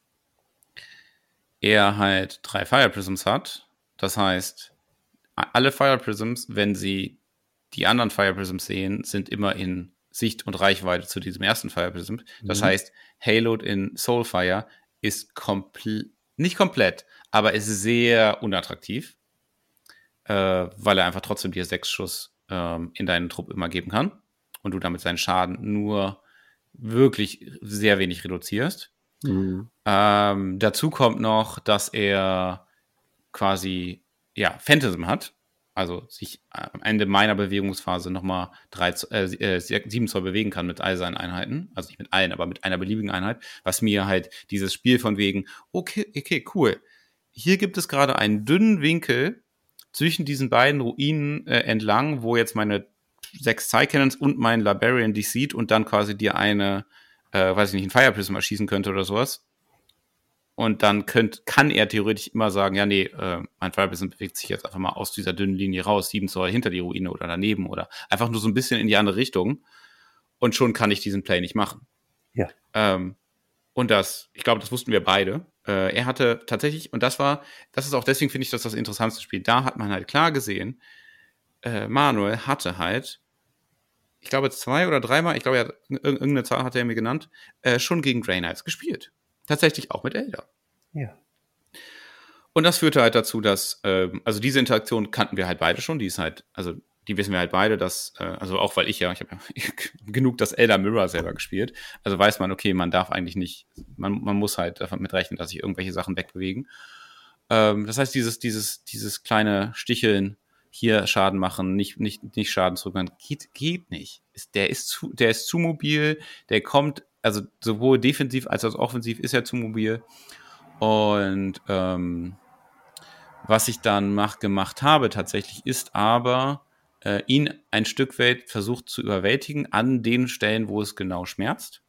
er halt drei Fire Prisms hat. Das heißt, alle Fire Prisms, wenn sie die anderen Fire Prisms sehen, sind immer in Sicht und Reichweite zu diesem ersten Fire Prism. Das mhm. heißt, Haloed in Soulfire ist komplett, nicht komplett, aber ist sehr unattraktiv, äh, weil er einfach trotzdem dir sechs Schuss ähm, in deinen Trupp immer geben kann und du damit seinen Schaden nur wirklich sehr wenig reduzierst. Mhm. Ähm, dazu kommt noch, dass er quasi ja Phantasm hat, also sich am Ende meiner Bewegungsphase nochmal äh, sieben Zoll bewegen kann mit all seinen Einheiten. Also nicht mit allen, aber mit einer beliebigen Einheit. Was mir halt dieses Spiel von wegen, okay, okay, cool. Hier gibt es gerade einen dünnen Winkel zwischen diesen beiden Ruinen äh, entlang, wo jetzt meine sechs Psycannons und mein Librarian dich sieht und dann quasi dir eine, äh, weiß ich nicht, ein Fire Prism erschießen könnte oder sowas. Und dann könnt, kann er theoretisch immer sagen, ja, nee, äh, mein Fire Prism bewegt sich jetzt einfach mal aus dieser dünnen Linie raus, sieben Zoll hinter die Ruine oder daneben oder einfach nur so ein bisschen in die andere Richtung. Und schon kann ich diesen Play nicht machen. Ja. Ähm, und das, ich glaube, das wussten wir beide. Äh, er hatte tatsächlich, und das war, das ist auch deswegen, finde ich, das das interessanteste Spiel. Da hat man halt klar gesehen, äh, Manuel hatte halt, ich glaube, zwei oder dreimal, ich glaube, er hat, irgendeine Zahl hat er mir genannt, äh, schon gegen Grey Knights gespielt. Tatsächlich auch mit Eldar. Ja. Und das führte halt dazu, dass, ähm, also diese Interaktion kannten wir halt beide schon, die ist halt, also die wissen wir halt beide, dass, äh, also auch weil ich ja, ich habe ja genug das Eldar Mirror selber gespielt, also weiß man, okay, man darf eigentlich nicht, man, man muss halt damit rechnen, dass sich irgendwelche Sachen wegbewegen. Ähm, das heißt, dieses, dieses, dieses kleine Sticheln, hier Schaden machen, nicht, nicht, nicht Schaden zurückmachen, geht, geht nicht. Ist, der ist zu, der ist zu mobil, der kommt, also sowohl defensiv als auch offensiv ist er zu mobil. Und ähm, was ich dann mach, gemacht habe tatsächlich, ist aber äh, ihn ein Stück weit versucht zu überwältigen an den Stellen, wo es genau schmerzt.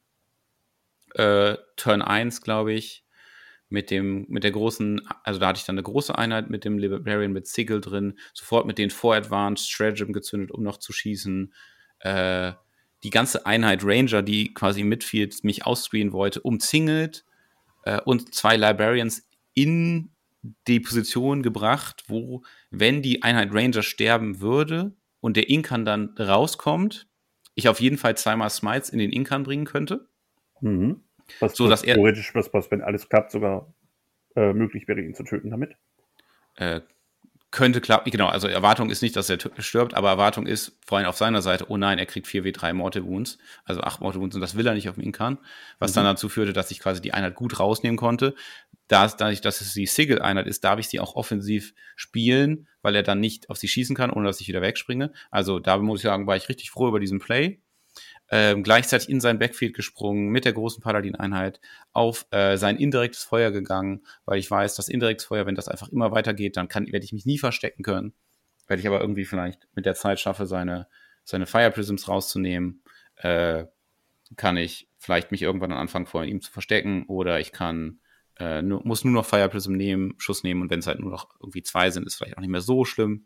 Äh, Turn eins, glaube ich, mit dem, mit der großen, also da hatte ich dann eine große Einheit mit dem Librarian mit Sigil drin, sofort mit den Four Advanced Stratagem gezündet, um noch zu schießen. Äh, die ganze Einheit Ranger, die quasi im Midfield mich ausscreenen wollte, umzingelt äh, und zwei Librarians in die Position gebracht, wo, wenn die Einheit Ranger sterben würde und der Inkan dann rauskommt, ich auf jeden Fall zweimal Smites in den Inkan bringen könnte. Mhm. Was, So, was dass er theoretisch, was, was, wenn alles klappt, sogar äh, möglich wäre, ihn zu töten damit. äh, könnte klappen, genau, also Erwartung ist nicht, dass er stirbt, aber Erwartung ist vor allem auf seiner Seite, oh nein, er kriegt vier W drei Mortal Wounds, also acht Mortal Wounds und das will er nicht auf dem Inkan, was mhm. dann dazu führte, dass ich quasi die Einheit gut rausnehmen konnte. Da es, dadurch, dass es die Sigil-Einheit ist, darf ich sie auch offensiv spielen, weil er dann nicht auf sie schießen kann, ohne dass ich wieder wegspringe. Also da muss ich sagen, war ich richtig froh über diesen Play. Ähm, gleichzeitig in sein Backfield gesprungen, mit der großen Paladin-Einheit auf äh, sein indirektes Feuer gegangen, weil ich weiß, dass indirektes Feuer, wenn das einfach immer weitergeht, dann kann, werde ich mich nie verstecken können. Werde ich aber irgendwie vielleicht mit der Zeit schaffe, seine, seine Fire Prisms rauszunehmen, äh, kann ich vielleicht mich irgendwann dann anfangen, vor ihm zu verstecken, oder ich kann äh, nur, muss nur noch Fire Prism nehmen, Schuss nehmen, und wenn es halt nur noch irgendwie zwei sind, ist vielleicht auch nicht mehr so schlimm.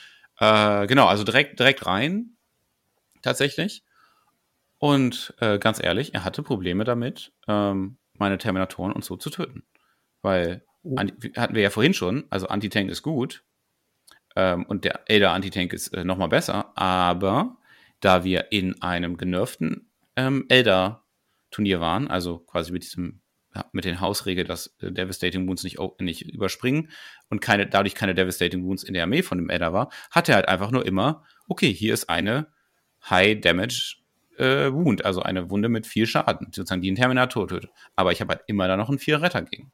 Äh, genau, also direkt, direkt rein, tatsächlich. Und äh, ganz ehrlich, er hatte Probleme damit, ähm, meine Terminatoren und so zu töten. Weil, oh. hatten wir ja vorhin schon, also Anti-Tank ist gut ähm, und der Elder Anti-Tank ist äh, nochmal besser, aber da wir in einem genervten ähm, Elder-Turnier waren, also quasi mit diesem mit den Hausregeln, dass äh, Devastating Wounds nicht, nicht überspringen und keine, dadurch keine Devastating Wounds in der Armee von dem Elder war, hat er halt einfach nur immer, okay, hier ist eine High Damage Äh, Wound, also eine Wunde mit viel Schaden, sozusagen, die einen Terminator tötet. Aber ich habe halt immer da noch einen vier Retter gegen.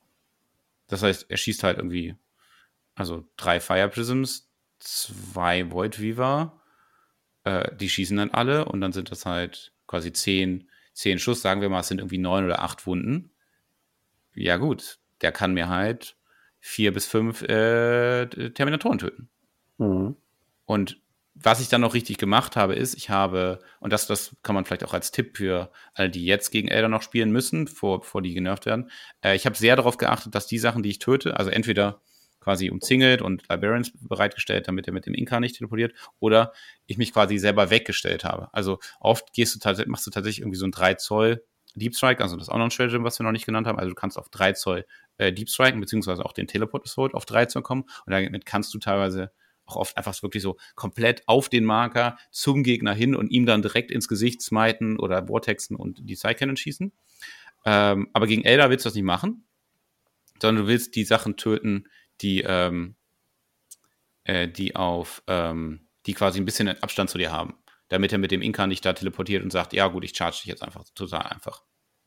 Das heißt, er schießt halt irgendwie, also drei Fire Prisms, zwei Void Weaver, äh, die schießen dann alle und dann sind das halt quasi zehn, zehn Schuss, sagen wir mal, es sind irgendwie neun oder acht Wunden. Ja gut, der kann mir halt vier bis fünf äh, Terminatoren töten. Mhm. Und was ich dann noch richtig gemacht habe, ist, ich habe, und das, das kann man vielleicht auch als Tipp für alle, die jetzt gegen Elder noch spielen müssen, vor, bevor die genervt werden, äh, ich habe sehr darauf geachtet, dass die Sachen, die ich töte, also entweder quasi umzingelt und Librarians bereitgestellt, damit er mit dem Inka nicht teleportiert, oder ich mich quasi selber weggestellt habe. Also oft gehst du machst du tatsächlich irgendwie so ein drei Zoll Deep Strike, also das ist auch noch ein Stratagem, was wir noch nicht genannt haben, also du kannst auf drei Zoll äh, Deep Striken, beziehungsweise auch den Teleport Assault auf drei Zoll kommen, und damit kannst du teilweise auch oft einfach wirklich so komplett auf den Marker zum Gegner hin und ihm dann direkt ins Gesicht smiten oder Vortexen und die Sidecannon schießen. Ähm, aber gegen Elder willst du das nicht machen, sondern du willst die Sachen töten, die, ähm, äh, die auf, ähm, die quasi ein bisschen Abstand zu dir haben, damit er mit dem Inka nicht da teleportiert und sagt, ja gut, ich charge dich jetzt einfach, total einfach.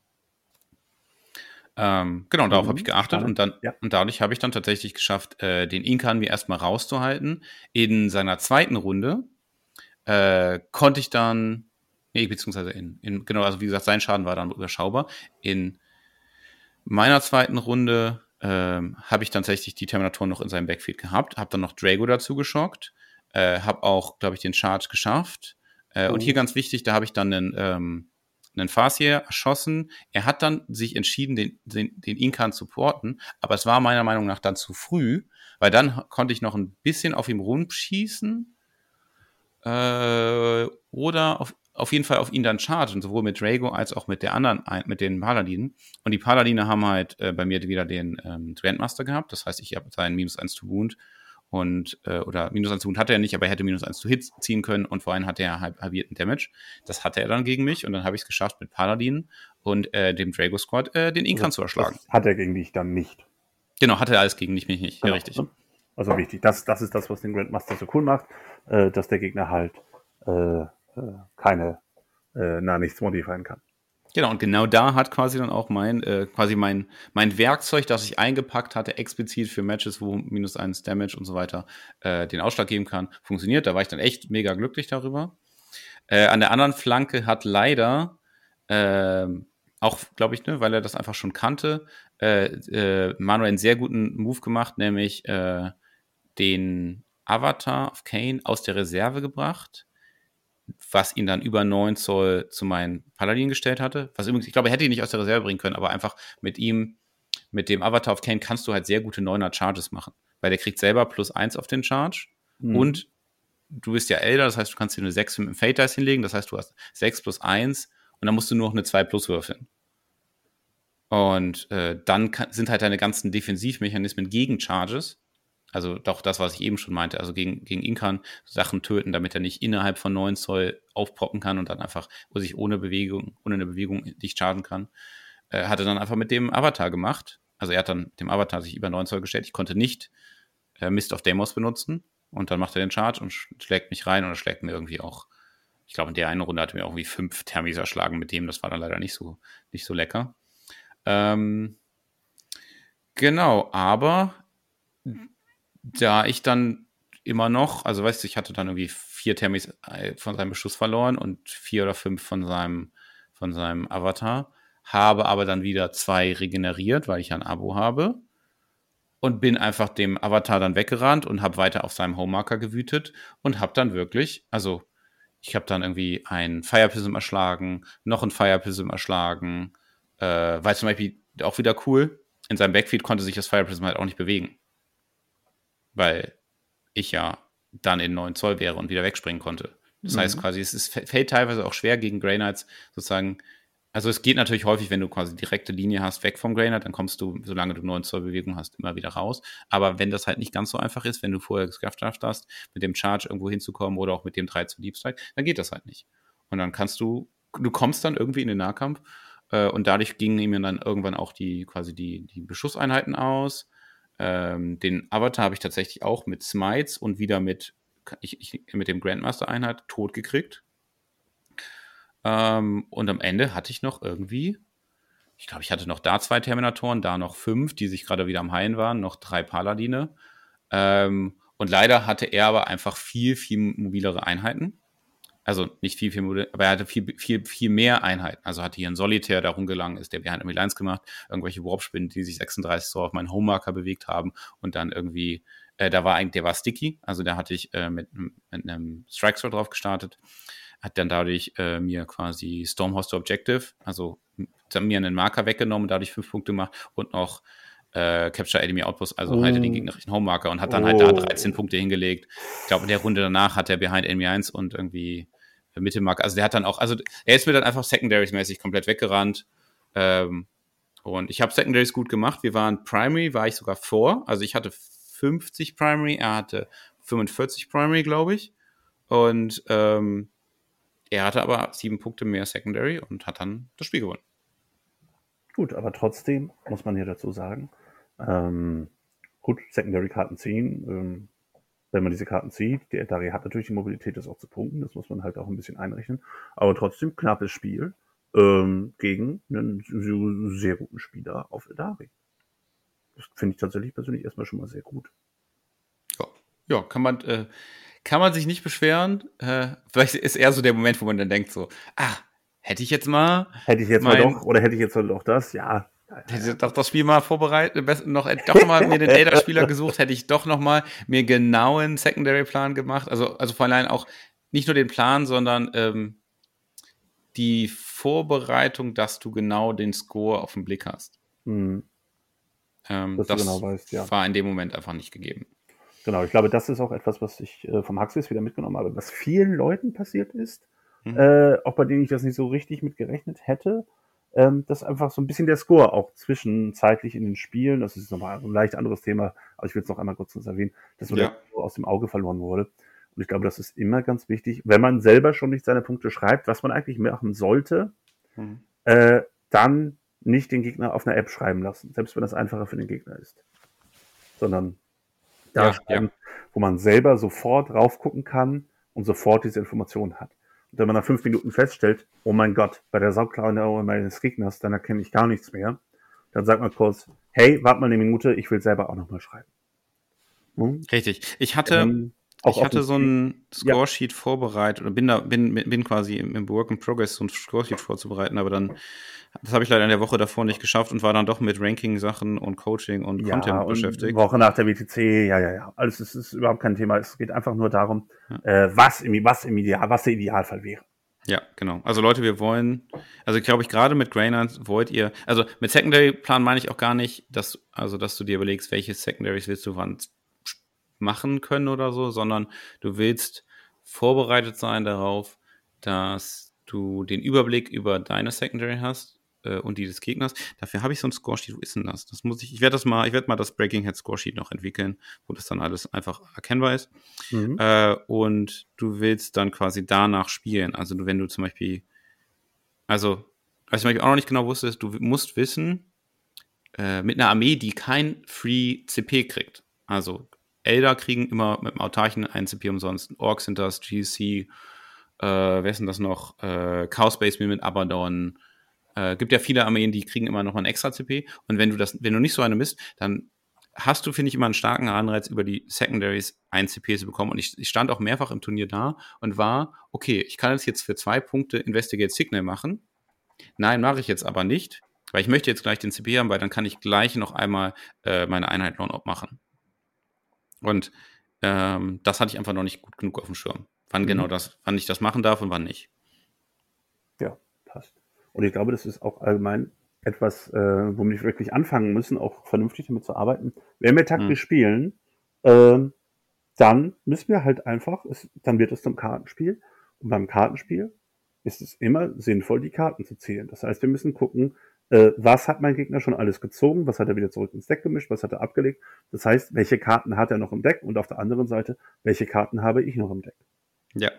Ähm, genau, darauf mhm, habe ich geachtet und dann ja. und dadurch habe ich dann tatsächlich geschafft, äh, den Inkan mir erstmal rauszuhalten. In seiner zweiten Runde äh, konnte ich dann, nee, beziehungsweise in, in, genau, also wie gesagt, sein Schaden war dann überschaubar. In meiner zweiten Runde ähm, habe ich tatsächlich die Terminatoren noch in seinem Backfield gehabt, habe dann noch Drago dazu geschockt, äh, habe auch, glaube ich, den Charge geschafft. Äh, oh. Und hier ganz wichtig, da habe ich dann einen ähm, einen Farseer erschossen. Er hat dann sich entschieden, den, den, den Inkan zu porten, aber es war meiner Meinung nach dann zu früh, weil dann konnte ich noch ein bisschen auf ihm rumschießen äh, oder auf, auf jeden Fall auf ihn dann chargen, sowohl mit Drago als auch mit der anderen, mit den Paladinen. Und die Paladine haben halt äh, bei mir wieder den ähm, Grandmaster gehabt, das heißt, ich habe seinen minus eins to Wound und, äh, oder minus eins to Wound hatte er nicht, aber er hätte minus eins to Hits ziehen können und vor allem hatte er halb, halbierten Damage. Das hatte er dann gegen mich und dann habe ich es geschafft, mit Paladinen und äh, dem Drago Squad äh, den Inkan also, zu erschlagen. Das hat er gegen dich dann nicht. Genau, hatte er alles gegen mich nicht, nicht. Genau. Ja, richtig. Also wichtig, das, das ist das, was den Grandmaster so cool macht, äh, dass der Gegner halt äh, keine äh, na nichts modifieren kann. Genau, und genau da hat quasi dann auch mein, äh, quasi mein, mein Werkzeug, das ich eingepackt hatte, explizit für Matches, wo minus eins Damage und so weiter äh, den Ausschlag geben kann, funktioniert. Da war ich dann echt mega glücklich darüber. Äh, an der anderen Flanke hat leider äh, auch, glaube ich, ne, weil er das einfach schon kannte, äh, äh, Manuel einen sehr guten Move gemacht, nämlich äh, den Avatar of Kain aus der Reserve gebracht, was ihn dann über neun Zoll zu meinen Paladin gestellt hatte. Was übrigens, ich glaube, er hätte ihn nicht aus der Reserve bringen können, aber einfach mit ihm, mit dem Avatar of Kain kannst du halt sehr gute neuner Charges machen, weil der kriegt selber plus eins auf den Charge mhm. und du bist ja Elder, das heißt, du kannst dir eine sechs mit dem Fate Dice hinlegen, das heißt, du hast sechs plus eins und dann musst du nur noch eine zwei plus würfeln. Und äh, dann kann, sind halt deine ganzen Defensivmechanismen gegen Charges, also doch das, was ich eben schon meinte, also gegen, gegen Inkan Sachen töten, damit er nicht innerhalb von neun Zoll aufpoppen kann und dann einfach wo sich ohne Bewegung, ohne eine Bewegung nicht chargen kann, äh, hat er dann einfach mit dem Avatar gemacht. Also er hat dann dem Avatar sich über neun Zoll gestellt. Ich konnte nicht äh, Mist of Deimos benutzen und dann macht er den Charge und schlägt mich rein und er schlägt mir irgendwie auch, ich glaube in der einen Runde hat er mir irgendwie fünf Thermis erschlagen mit dem, das war dann leider nicht so, nicht so lecker. Ähm, genau, aber da ich dann immer noch, also weißt du, ich hatte dann irgendwie vier Thermis von seinem Beschuss verloren und vier oder fünf von seinem, von seinem Avatar, habe aber dann wieder zwei regeneriert, weil ich ja ein Abo habe und bin einfach dem Avatar dann weggerannt und habe weiter auf seinem Homemarker gewütet und habe dann wirklich, also ich habe dann irgendwie ein Fire Prism erschlagen, noch ein Fire Prism erschlagen, äh, weil zum Beispiel auch wieder cool, in seinem Backfeed konnte sich das Fire Prism halt auch nicht bewegen. Weil ich ja dann in neun Zoll wäre und wieder wegspringen konnte. Das mhm. heißt quasi, es ist, fällt teilweise auch schwer gegen Grey Knights sozusagen, also es geht natürlich häufig, wenn du quasi direkte Linie hast, weg vom Grey Knight, dann kommst du, solange du neun Zoll Bewegung hast, immer wieder raus. Aber wenn das halt nicht ganz so einfach ist, wenn du vorher geschafft hast, mit dem Charge irgendwo hinzukommen oder auch mit dem drei zu Deep Strike, dann geht das halt nicht. Und dann kannst du, du kommst dann irgendwie in den Nahkampf äh, und dadurch gingen mir dann irgendwann auch die quasi die, die Beschusseinheiten aus. Ähm, den Avatar habe ich tatsächlich auch mit Smites und wieder mit, ich, ich, mit dem Grandmaster-Einheit tot gekriegt. Ähm, und am Ende hatte ich noch irgendwie, ich glaube, ich hatte noch da zwei Terminatoren, da noch fünf, die sich gerade wieder am Heilen waren, noch drei Paladine. Ähm, und leider hatte er aber einfach viel, viel mobilere Einheiten. Also nicht viel, viel mobil, aber er hatte viel, viel, viel mehr Einheiten. Also hatte hier ein Solitär, der rumgelangen ist, der behind enemy lines gemacht, irgendwelche Warp-Spinnen, die sich sechsunddreißig so auf meinen Homemarker bewegt haben und dann irgendwie, äh, da war eigentlich, der war sticky, also da hatte ich äh, mit, mit einem Strike Sword drauf gestartet, hat dann dadurch äh, mir quasi Storm Host Objective, also mir einen Marker weggenommen, dadurch fünf Punkte gemacht und noch äh, Capture Enemy Outpost, also oh. halte den gegnerischen Homemarker und hat dann oh. halt da dreizehn Punkte hingelegt. Ich glaube, in der Runde danach hat er Behind Enemy eins und irgendwie Mittelmarker, also der hat dann auch, also er ist mir dann einfach Secondaries-mäßig komplett weggerannt. Ähm, und ich habe Secondaries gut gemacht. Wir waren Primary, war ich sogar vor. Also ich hatte fünfzig Primary, er hatte fünfundvierzig Primary, glaube ich. Und ähm, er hatte aber sieben Punkte mehr Secondary und hat dann das Spiel gewonnen. Gut, aber trotzdem muss man hier dazu sagen, ähm, gut, Secondary-Karten ziehen, ähm, wenn man diese Karten zieht, der Eldari hat natürlich die Mobilität, das auch zu punkten, das muss man halt auch ein bisschen einrechnen, aber trotzdem knappes Spiel ähm, gegen einen sehr guten Spieler auf Eldari. Das finde ich tatsächlich persönlich erstmal schon mal sehr gut. Ja, ja kann man äh, kann man sich nicht beschweren. Äh, vielleicht ist eher so der Moment, wo man dann denkt so, ah, hätte ich jetzt mal... Hätte ich jetzt mein, mal doch, oder hätte ich jetzt mal doch das, ja. Hätte ich doch das Spiel mal vorbereitet, noch, doch noch mal mir den Elder-Spieler gesucht, hätte ich doch noch mal mir genau einen Secondary-Plan gemacht. Also, also vor allem auch nicht nur den Plan, sondern ähm, die Vorbereitung, dass du genau den Score auf den Blick hast. Mhm. Ähm, das genau weißt, ja. war in dem Moment einfach nicht gegeben. Genau, ich glaube, das ist auch etwas, was ich äh, vom Huxleys wieder mitgenommen habe, was vielen Leuten passiert ist, mhm. äh, auch bei denen ich das nicht so richtig mit gerechnet hätte. Ähm, dass einfach so ein bisschen der Score auch zwischenzeitlich in den Spielen, das ist nochmal ein leicht anderes Thema, aber ich will es noch einmal kurz erwähnen, dass so ja. der Score aus dem Auge verloren wurde. Und ich glaube, das ist immer ganz wichtig, wenn man selber schon nicht seine Punkte schreibt, was man eigentlich machen sollte, mhm. äh, dann nicht den Gegner auf einer App schreiben lassen, selbst wenn das einfacher für den Gegner ist. Sondern da ja, schreiben, ja. wo man selber sofort raufgucken kann und sofort diese Informationen hat. Und wenn man nach fünf Minuten feststellt, oh mein Gott, bei der Sauklaue meines Gegners, dann erkenne ich gar nichts mehr, dann sagt man kurz, hey, warte mal eine Minute, ich will selber auch nochmal schreiben. Hm? Richtig. Ich hatte, ähm, Auch ich hatte so ein ja. Scoresheet vorbereitet oder bin da bin, bin quasi im, im Work in Progress so ein Scoresheet vorzubereiten, aber dann das habe ich leider in der Woche davor nicht geschafft und war dann doch mit Ranking-Sachen und Coaching und Ja, Content und beschäftigt. Woche nach der W T C, ja, ja, ja. Alles ist, ist überhaupt kein Thema. Es geht einfach nur darum, Ja. äh, was im, was im Ideal, was der Idealfall wäre. Ja, genau. Also Leute, wir wollen, also glaube ich, gerade mit Grainers wollt ihr, also mit Secondary-Plan meine ich auch gar nicht, dass, also dass du dir überlegst, welche Secondaries willst du wann machen können oder so, sondern du willst vorbereitet sein darauf, dass du den Überblick über deine Secondary hast äh, und die des Gegners. Dafür habe ich so ein Scoresheet. Wo ist denn das? Das muss ich, ich werde das mal, ich werde mal das Breaking Head Scoresheet noch entwickeln, wo das dann alles einfach erkennbar ist. Mhm. Äh, und du willst dann quasi danach spielen. Also du, wenn du zum Beispiel, also, was ich zum Beispiel auch noch nicht genau wusste, ist, du musst wissen, äh, mit einer Armee, die kein Free C P kriegt. Also Elder kriegen immer mit dem Autarchen einen C P umsonst. Orks sind das, G C, äh, wer ist denn das noch? Äh, Chaos Space mit Abaddon. Äh, gibt ja viele Armeen, die kriegen immer noch mal ein extra C P. Und wenn du das, wenn du nicht so eine bist, dann hast du, finde ich, immer einen starken Anreiz, über die Secondaries ein C P zu bekommen. Und ich, ich stand auch mehrfach im Turnier da und war, okay, ich kann das jetzt für zwei Punkte Investigate Signal machen. Nein, mache ich jetzt aber nicht, weil ich möchte jetzt gleich den C P haben, weil dann kann ich gleich noch einmal äh, meine Einheit Lone-Op machen. Und ähm, das hatte ich einfach noch nicht gut genug auf dem Schirm. Wann mhm. genau das, wann ich das machen darf und wann nicht. Ja, passt. Und ich glaube, das ist auch allgemein etwas, äh, womit wir wirklich anfangen müssen, auch vernünftig damit zu arbeiten. Wenn wir taktisch mhm. spielen, äh, dann müssen wir halt einfach, es, dann wird es zum Kartenspiel. Und beim Kartenspiel ist es immer sinnvoll, die Karten zu zählen. Das heißt, wir müssen gucken, äh, was hat mein Gegner schon alles gezogen, was hat er wieder zurück ins Deck gemischt, was hat er abgelegt. Das heißt, welche Karten hat er noch im Deck und auf der anderen Seite, welche Karten habe ich noch im Deck. Ja.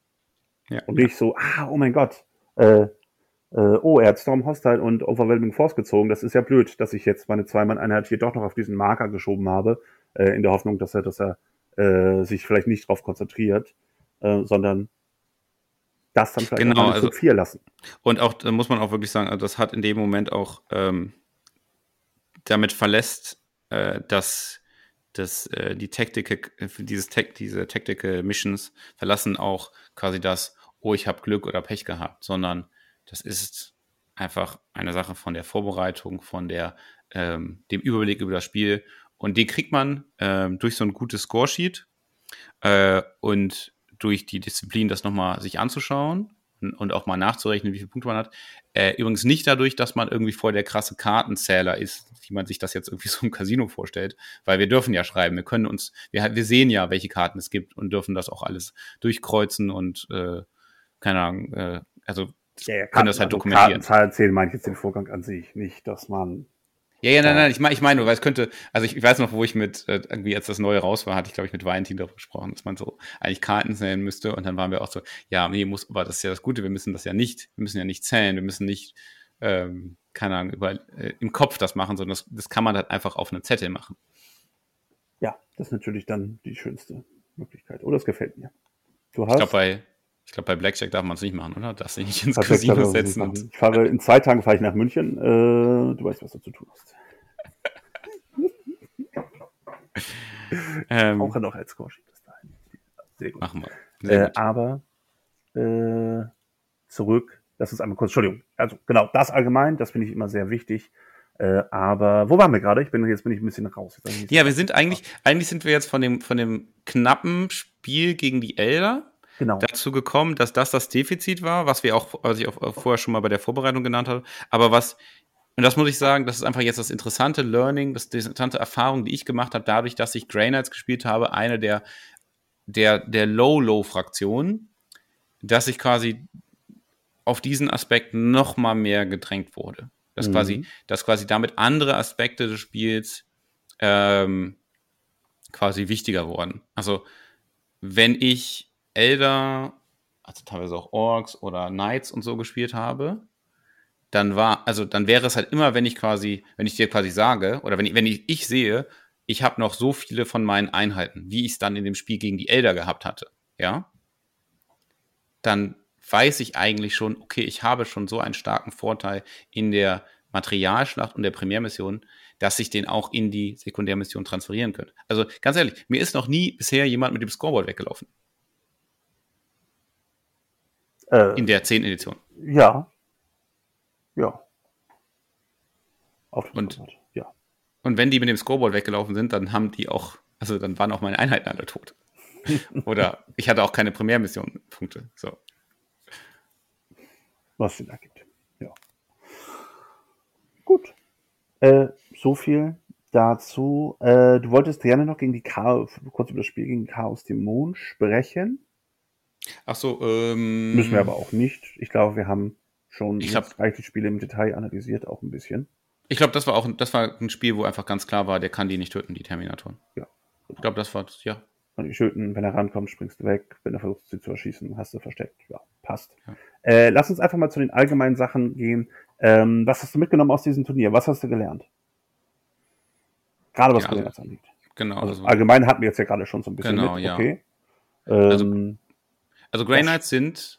ja und nicht ja. so, ah, oh mein Gott, äh, äh, oh, er hat Storm Hostile und Overwhelming Force gezogen. Das ist ja blöd, dass ich jetzt meine Zwei-Mann-Einheit hier doch noch auf diesen Marker geschoben habe, äh, in der Hoffnung, dass er, dass er äh, sich vielleicht nicht drauf konzentriert, äh, sondern das dann vielleicht genau, mal also, Zug vier lassen. Und auch, da muss man auch wirklich sagen, also das hat in dem Moment auch ähm, damit verlässt, äh, dass, dass äh, die Tactical, dieses Tech, diese Tactical Missions verlassen auch quasi das, oh, ich habe Glück oder Pech gehabt, sondern das ist einfach eine Sache von der Vorbereitung, von der, ähm, dem Überblick über das Spiel. Und den kriegt man ähm, durch so ein gutes Scoresheet äh, und durch die Disziplin, das nochmal sich anzuschauen und, und auch mal nachzurechnen, wie viele Punkte man hat. Äh, übrigens nicht dadurch, dass man irgendwie voll der krasse Kartenzähler ist, wie man sich das jetzt irgendwie so im Casino vorstellt, weil wir dürfen ja schreiben, wir können uns, wir, wir sehen ja, welche Karten es gibt und dürfen das auch alles durchkreuzen und äh, keine Ahnung, äh, also ja, ja, können Karten, das halt also dokumentieren. Kartenzahlen zählen, meine ich jetzt den Vorgang an sich, nicht, dass man Ja, ja, nein, nein, ich meine, ich meine, weil es könnte, also ich, ich weiß noch, wo ich mit, äh, irgendwie als das Neue raus war, hatte ich, glaube ich, mit Valentin darüber gesprochen, dass man so eigentlich Karten zählen müsste und dann waren wir auch so, ja, nee, muss, aber das ist ja das Gute, wir müssen das ja nicht, wir müssen ja nicht zählen, wir müssen nicht, ähm, keine Ahnung, über, äh, im Kopf das machen, sondern das, das kann man halt einfach auf einem Zettel machen. Ja, das ist natürlich dann die schönste Möglichkeit. Oh, das gefällt mir. Du hast ich glaube, bei, ich glaube, bei Blackjack darf man es nicht machen, oder? Darfst du nicht ins Perfekt, Casino setzen. Und ich fahre, in zwei Tagen fahre ich nach München. Äh, du weißt, was du zu tun hast. ähm, auch noch als Scoresheet bis dahin. Sehr gut. Machen wir. Sehr äh, gut. Aber äh, zurück, das ist einmal kurz, Entschuldigung. Also genau, das allgemein, das finde ich immer sehr wichtig. Äh, aber wo waren wir gerade? Ich bin jetzt bin ich ein bisschen raus. Ja, wir sind eigentlich, eigentlich sind wir jetzt von dem von dem knappen Spiel gegen die Elder genau. dazu gekommen, dass das das Defizit war, was wir auch, was ich auch vorher schon mal bei der Vorbereitung genannt habe. Aber was, und das muss ich sagen, das ist einfach jetzt das interessante Learning, das die interessante Erfahrung, die ich gemacht habe, dadurch, dass ich Grey Knights gespielt habe, eine der der der Low-Low-Fraktionen, dass ich quasi auf diesen Aspekt noch mal mehr gedrängt wurde. Dass, mhm. quasi, dass quasi damit andere Aspekte des Spiels ähm, quasi wichtiger wurden. Also wenn ich Elder, also teilweise auch Orks oder Knights und so gespielt habe, dann war, also dann wäre es halt immer, wenn ich quasi, wenn ich dir quasi sage, oder wenn ich, wenn ich, ich sehe, ich habe noch so viele von meinen Einheiten, wie ich es dann in dem Spiel gegen die Elder gehabt hatte, ja, dann weiß ich eigentlich schon, okay, ich habe schon so einen starken Vorteil in der Materialschlacht und der Primärmission, dass ich den auch in die Sekundärmission transferieren könnte. Also ganz ehrlich, mir ist noch nie bisher jemand mit dem Scoreboard weggelaufen. Äh, in der zehnten Edition. Ja. Ja. Auf und, ja. Und wenn die mit dem Scoreboard weggelaufen sind, dann haben die auch, also dann waren auch meine Einheiten alle tot. Oder ich hatte auch keine Primärmission-Punkte. So. Was Sinn ergibt. Ja. Gut. Äh, so viel dazu. Äh, du wolltest gerne noch gegen die Chaos, kurz über das Spiel gegen Chaos Dämon sprechen. Ach so, ähm. Müssen wir aber auch nicht. Ich glaube, wir haben schon ich glaub, reichlich Spiele im Detail analysiert, auch ein bisschen. Ich glaube, das war auch das war ein Spiel, wo einfach ganz klar war, der kann die nicht töten, die Terminatoren. Ja. Ich glaube, das war, ja. Und die töten, wenn er rankommt, springst du weg. Wenn er versucht, sie zu erschießen, hast du versteckt. Ja, passt. Ja. Äh, lass uns einfach mal zu den allgemeinen Sachen gehen. Ähm, was hast du mitgenommen aus diesem Turnier? Was hast du gelernt? Gerade was ja, Grey Knights also, angeht. Genau. Also, also allgemein hatten wir jetzt ja gerade schon so ein bisschen genau, mit. Ja. Okay. Ähm, also, also Grey Knights sind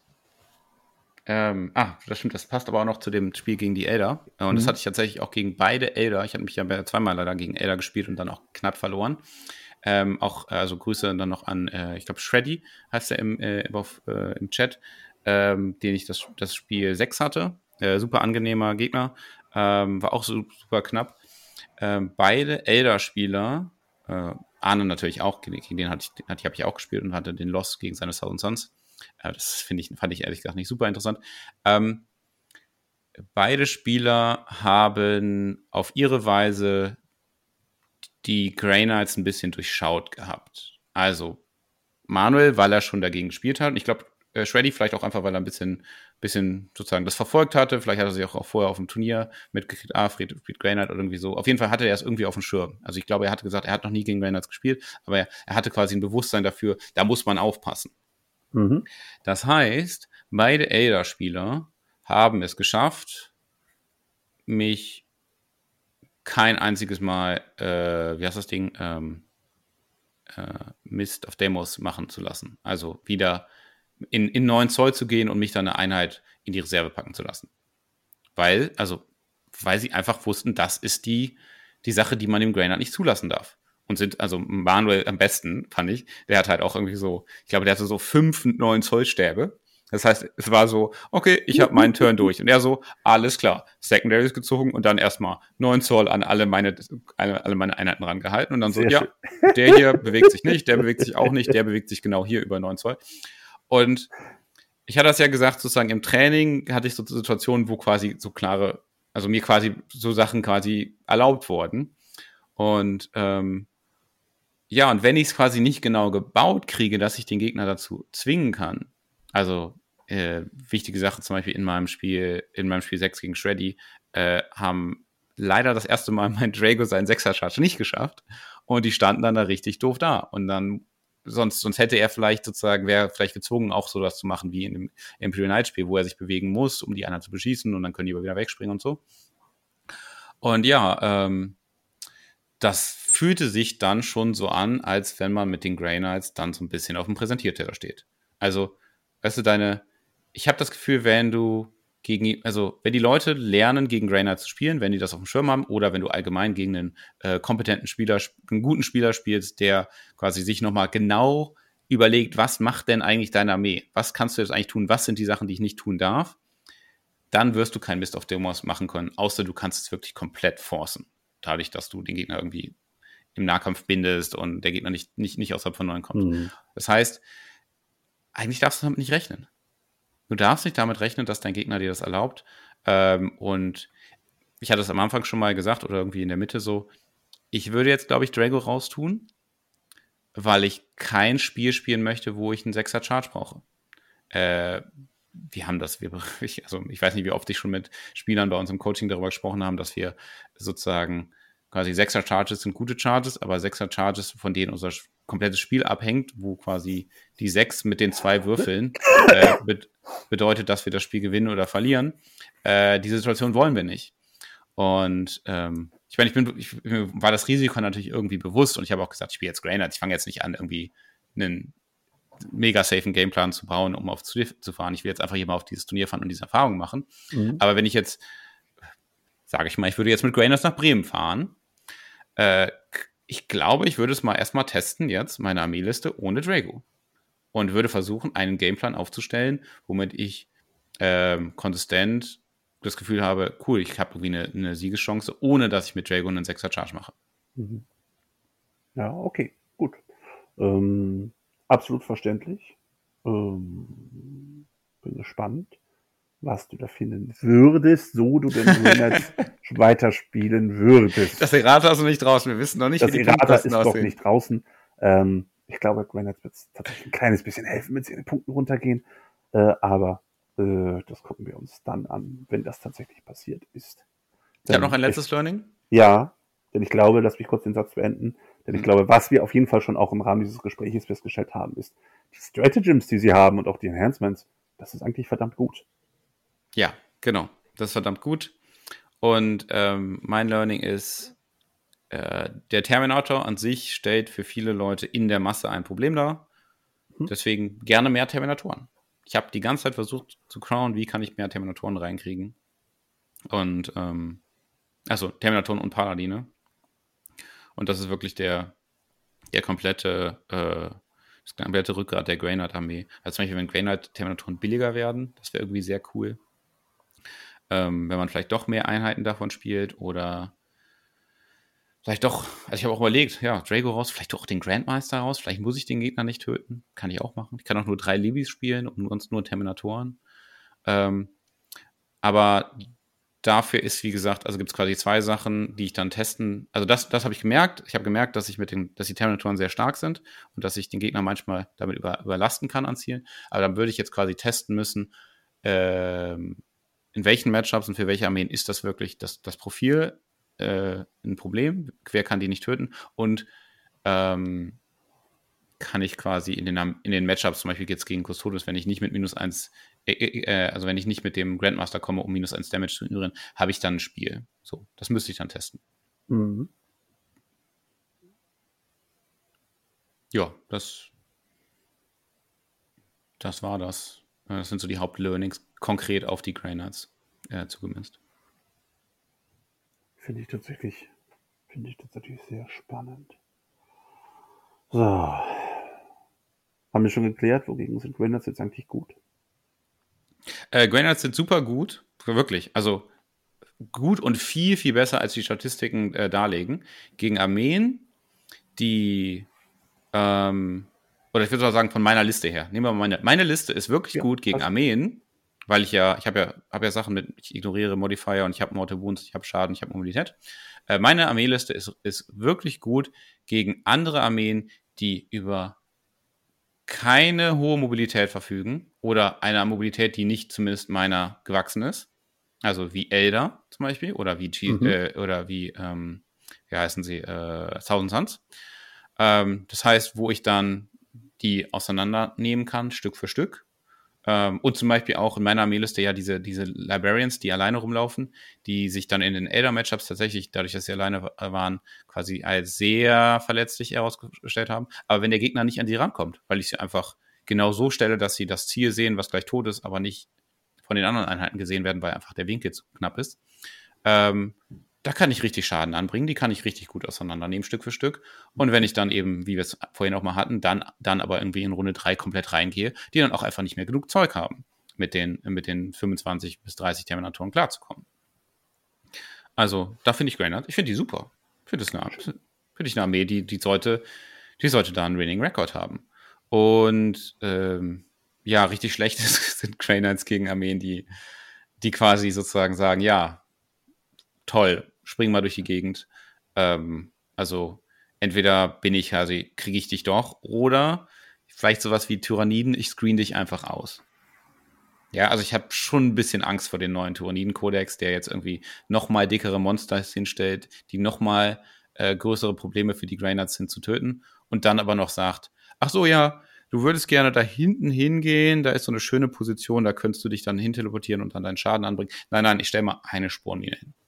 Ähm, ah, das stimmt, das passt aber auch noch zu dem Spiel gegen die Elder. Und mhm. das hatte ich tatsächlich auch gegen beide Elder. Ich habe mich ja zweimal leider gegen Elder gespielt und dann auch knapp verloren. Ähm, auch, also Grüße dann noch an, äh, ich glaube, Shreddy heißt er im, äh, auf, äh, im Chat, ähm, den ich das, das Spiel sechs hatte. Äh, super angenehmer Gegner. Ähm, war auch super, super knapp. Ähm, beide Elder-Spieler, äh, Arne natürlich auch, gegen den hatte ich, den habe ich auch gespielt und hatte den Loss gegen seine Thousand Sons. Das finde ich, fand ich ehrlich gesagt nicht super interessant. Ähm, beide Spieler haben auf ihre Weise die Grey Knights ein bisschen durchschaut gehabt. Also Manuel, weil er schon dagegen gespielt hat. Und ich glaube, äh, Shreddy vielleicht auch einfach, weil er ein bisschen, bisschen sozusagen das verfolgt hatte. Vielleicht hat er sich auch, auch vorher auf dem Turnier mitgekriegt, ah, Fried, Fried Grey Knight oder irgendwie so. Auf jeden Fall hatte er es irgendwie auf dem Schirm. Also ich glaube, er hatte gesagt, er hat noch nie gegen Grey Knights gespielt, aber er, er hatte quasi ein Bewusstsein dafür, da muss man aufpassen. Mhm. Das heißt, beide Elder-Spieler haben es geschafft, mich kein einziges Mal, äh, wie heißt das Ding, ähm, äh, Mist of Demos machen zu lassen. Also wieder in, in neun Zoll zu gehen und mich dann eine Einheit in die Reserve packen zu lassen. Weil, also, weil sie einfach wussten, das ist die, die Sache, die man dem Grey Knight nicht zulassen darf. Und sind, also Manuel am besten, fand ich, der hat halt auch irgendwie so, ich glaube, der hatte so fünf neun Zoll Stäbe. Das heißt, es war so, okay, ich habe meinen Turn durch. Und er so, alles klar, Secondaries gezogen und dann erstmal neun Zoll an alle meine, alle meine Einheiten rangehalten. Und dann so, Sehr ja, schön. Der hier bewegt sich nicht, der bewegt sich auch nicht, der bewegt sich genau hier über neun Zoll. Und ich hatte das ja gesagt, sozusagen im Training hatte ich so Situationen, wo quasi so klare, also mir quasi so Sachen quasi erlaubt wurden. Und ähm, ja, und wenn ich es quasi nicht genau gebaut kriege, dass ich den Gegner dazu zwingen kann, also äh, wichtige Sache zum Beispiel in meinem Spiel, in meinem Spiel sechs gegen Shreddy, äh, haben leider das erste Mal mein Drago seinen Sechser-Charge nicht geschafft und die standen dann da richtig doof da. Und dann, sonst, sonst hätte er vielleicht sozusagen, wäre vielleicht gezwungen, auch sowas zu machen wie in dem Imperial Knight-Spiel, wo er sich bewegen muss, um die anderen zu beschießen und dann können die aber wieder wegspringen und so. Und ja, ähm, das fühlte sich dann schon so an, als wenn man mit den Grey Knights dann so ein bisschen auf dem Präsentierteller steht. Also, weißt du, deine, ich habe das Gefühl, wenn du gegen, also wenn die Leute lernen, gegen Grey Knights zu spielen, wenn die das auf dem Schirm haben, oder wenn du allgemein gegen einen äh, kompetenten Spieler, einen guten Spieler spielst, der quasi sich nochmal genau überlegt, was macht denn eigentlich deine Armee? Was kannst du jetzt eigentlich tun? Was sind die Sachen, die ich nicht tun darf? Dann wirst du kein Mist of Demos machen können, außer du kannst es wirklich komplett forcen. Dadurch, dass du den Gegner irgendwie im Nahkampf bindest und der Gegner nicht, nicht, nicht außerhalb von neun kommt. Mhm. Das heißt, eigentlich darfst du damit nicht rechnen. Du darfst nicht damit rechnen, dass dein Gegner dir das erlaubt. Ähm, und ich hatte es am Anfang schon mal gesagt oder irgendwie in der Mitte so, ich würde jetzt, glaube ich, Drago raustun, weil ich kein Spiel spielen möchte, wo ich einen Sechser Charge brauche. Äh, wir haben das, wir, ich, also ich weiß nicht, wie oft ich schon mit Spielern bei uns im Coaching darüber gesprochen haben, dass wir sozusagen quasi Sechser-Charges sind gute Charges, aber Sechser-Charges, von denen unser komplettes Spiel abhängt, wo quasi die sechs mit den zwei Würfeln äh, be- bedeutet, dass wir das Spiel gewinnen oder verlieren. Äh, diese Situation wollen wir nicht. Und ähm, ich meine, ich bin, ich, mir war das Risiko natürlich irgendwie bewusst und ich habe auch gesagt, ich spiele jetzt Grey Knights, ich fange jetzt nicht an, irgendwie einen mega safen Gameplan zu bauen, um auf Turnier zu fahren. Ich will jetzt einfach hier mal auf dieses Turnier fahren und diese Erfahrung machen. Mhm. Aber wenn ich jetzt, sage ich mal, ich würde jetzt mit Grey Knights nach Bremen fahren, Äh, ich glaube, ich würde es mal erstmal testen jetzt, meine Armeeliste ohne Drago. Und würde versuchen, einen Gameplan aufzustellen, womit ich ähm, konsistent das Gefühl habe, cool, ich habe irgendwie eine, eine Siegeschance, ohne dass ich mit Drago einen sechser Charge mache. Mhm. Ja, okay, gut. Ähm, absolut verständlich. Ähm, bin gespannt, was du da finden würdest, so du den Reynolds weiterspielen würdest. Das Errata ist noch nicht draußen. Wir wissen noch nicht, Das wie die Errata Punktkosten ist aussehen. doch nicht draußen. Ähm, ich glaube, Reynolds wird tatsächlich ein kleines bisschen helfen, wenn sie in den Punkten runtergehen. Äh, aber äh, das gucken wir uns dann an, wenn das tatsächlich passiert ist. Ich habe noch ein Ähm, letztes ich, Learning. Ja, denn ich glaube, lass mich kurz den Satz beenden, denn ich Hm. glaube, was wir auf jeden Fall schon auch im Rahmen dieses Gesprächs festgestellt haben, ist, die Stratagems, die sie haben und auch die Enhancements, das ist eigentlich verdammt gut. Ja, genau. Das ist verdammt gut. Und ähm, mein Learning ist, äh, der Terminator an sich stellt für viele Leute in der Masse ein Problem dar. Hm. Deswegen gerne mehr Terminatoren. Ich habe die ganze Zeit versucht zu crown, wie kann ich mehr Terminatoren reinkriegen. Und, ähm, also Terminatoren und Paladine. Und das ist wirklich der, der komplette, äh, das komplette Rückgrat der Greynight-Armee. Also zum Beispiel, wenn Greynight-Terminatoren billiger werden, das wäre irgendwie sehr cool. Ähm, wenn man vielleicht doch mehr Einheiten davon spielt oder vielleicht doch, also ich habe auch überlegt, ja, Drago raus, vielleicht doch den Grandmaster raus, vielleicht muss ich den Gegner nicht töten, kann ich auch machen. Ich kann auch nur drei Libis spielen und sonst nur Terminatoren. Ähm, aber dafür ist, wie gesagt, also gibt es quasi zwei Sachen, die ich dann testen. Also das, das habe ich gemerkt. Ich habe gemerkt, dass ich mit den, dass die Terminatoren sehr stark sind und dass ich den Gegner manchmal damit über, überlasten kann an Zielen. Aber dann würde ich jetzt quasi testen müssen, ähm, in welchen Matchups und für welche Armeen ist das wirklich das, das Profil äh, ein Problem? Wer kann die nicht töten? Und ähm, kann ich quasi in den, in den Matchups, zum Beispiel jetzt gegen Custodes, wenn ich nicht mit minus eins, äh, äh, also wenn ich nicht mit dem Grandmaster komme, um minus eins Damage zu ignorieren, habe ich dann ein Spiel. So, das müsste ich dann testen. Mhm. Ja, das, das war das. Das sind so die Hauptlearnings konkret auf die Grey Knights äh, zugemünzt. Finde ich tatsächlich, finde ich tatsächlich sehr spannend. So. Haben wir schon geklärt, wogegen sind Grey Knights jetzt eigentlich gut? Äh, Grey Knights sind super gut, wirklich. Also gut und viel, viel besser, als die Statistiken äh, darlegen. Gegen Armeen, die ähm, oder ich würde mal sagen, von meiner Liste her. Nehmen wir mal meine, meine Liste ist wirklich ja, gut gegen Armeen, weil ich ja, ich habe ja, hab ja Sachen mit, ich ignoriere Modifier und ich habe Mortal Wounds, ich habe Schaden, ich habe Mobilität. Äh, meine Armeeliste ist, ist wirklich gut gegen andere Armeen, die über keine hohe Mobilität verfügen oder eine Mobilität, die nicht zumindest meiner gewachsen ist. Also wie Elder zum Beispiel oder wie G mhm. äh, oder wie, ähm, wie heißen sie, äh, Thousand Suns. Ähm, das heißt, wo ich dann die auseinandernehmen kann, Stück für Stück. Ähm, und zum Beispiel auch in meiner Armeeliste ja diese, diese Librarians, die alleine rumlaufen, die sich dann in den Elder-Matchups tatsächlich, dadurch, dass sie alleine waren, quasi als sehr verletzlich herausgestellt haben. Aber wenn der Gegner nicht an sie rankommt, weil ich sie einfach genau so stelle, dass sie das Ziel sehen, was gleich tot ist, aber nicht von den anderen Einheiten gesehen werden, weil einfach der Winkel zu knapp ist, ähm, da kann ich richtig Schaden anbringen, die kann ich richtig gut auseinandernehmen, Stück für Stück. Und wenn ich dann eben, wie wir es vorhin auch mal hatten, dann, dann aber irgendwie in Runde drei komplett reingehe, die dann auch einfach nicht mehr genug Zeug haben, mit den, mit den fünfundzwanzig bis dreißig Terminatoren klarzukommen. Also, da finde ich Grey Knight, ich finde die super. Ich finde das eine, find ich eine Armee, die, die, sollte, die sollte da einen Winning Record haben. Und ähm, ja, richtig schlecht sind Grey Knights gegen Armeen, die, die quasi sozusagen sagen, ja, toll, spring mal durch die Gegend. Ähm, also entweder bin ich, also kriege ich dich doch, oder vielleicht sowas wie Tyranniden, ich screen dich einfach aus. Ja, also ich habe schon ein bisschen Angst vor den neuen Tyranniden-Kodex, der jetzt irgendwie noch mal dickere Monster hinstellt, die noch mal äh, größere Probleme für die Grey Knights hin zu töten und dann aber noch sagt, ach so, ja, du würdest gerne da hinten hingehen, da ist so eine schöne Position, da könntest du dich dann hin teleportieren und dann deinen Schaden anbringen. Nein, nein, ich stelle mal eine Spornmine hin.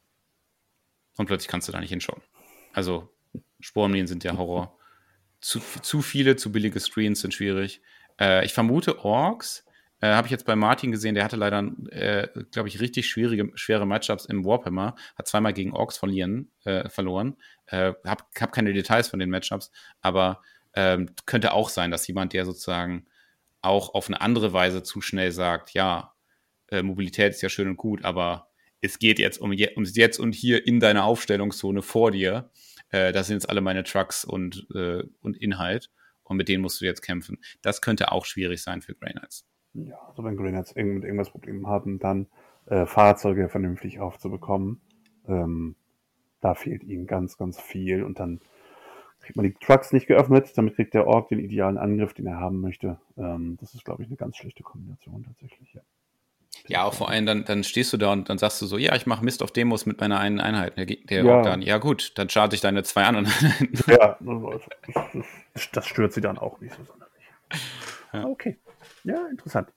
Und plötzlich kannst du da nicht hinschauen. Also Spornminen sind ja Horror. Zu, zu viele, zu billige Screens sind schwierig. Äh, ich vermute, Orks Äh, Habe ich jetzt bei Martin gesehen, der hatte leider, äh, glaube ich, richtig schwierige, schwere Matchups im Warhammer, hat zweimal gegen Orks verlieren, äh, verloren. Äh, hab, hab keine Details von den Matchups, aber ähm, könnte auch sein, dass jemand, der sozusagen auch auf eine andere Weise zu schnell sagt, ja, äh, Mobilität ist ja schön und gut, aber es geht jetzt um je, ums Jetzt und Hier in deiner Aufstellungszone vor dir. Äh, das sind jetzt alle meine Trucks und, äh, und Inhalt. Und mit denen musst du jetzt kämpfen. Das könnte auch schwierig sein für Grey Knights. Ja, also wenn Grey Knights irgend, mit irgendwas Probleme haben, dann äh, Fahrzeuge vernünftig aufzubekommen. Ähm, da fehlt ihnen ganz, ganz viel. Und dann kriegt man die Trucks nicht geöffnet. Damit kriegt der Ork den idealen Angriff, den er haben möchte. Ähm, das ist, glaube ich, eine ganz schlechte Kombination tatsächlich. Ja, ja auch vor allem, dann, dann stehst du da und dann sagst du so, ja, ich mache Mist auf Demos mit meiner einen Einheit. Der, der ja. Ork dann, ja gut, dann charge ich deine zwei anderen. Ja, das, das stört sie dann auch nicht so sonderlich. Ja. Okay, ja, interessant.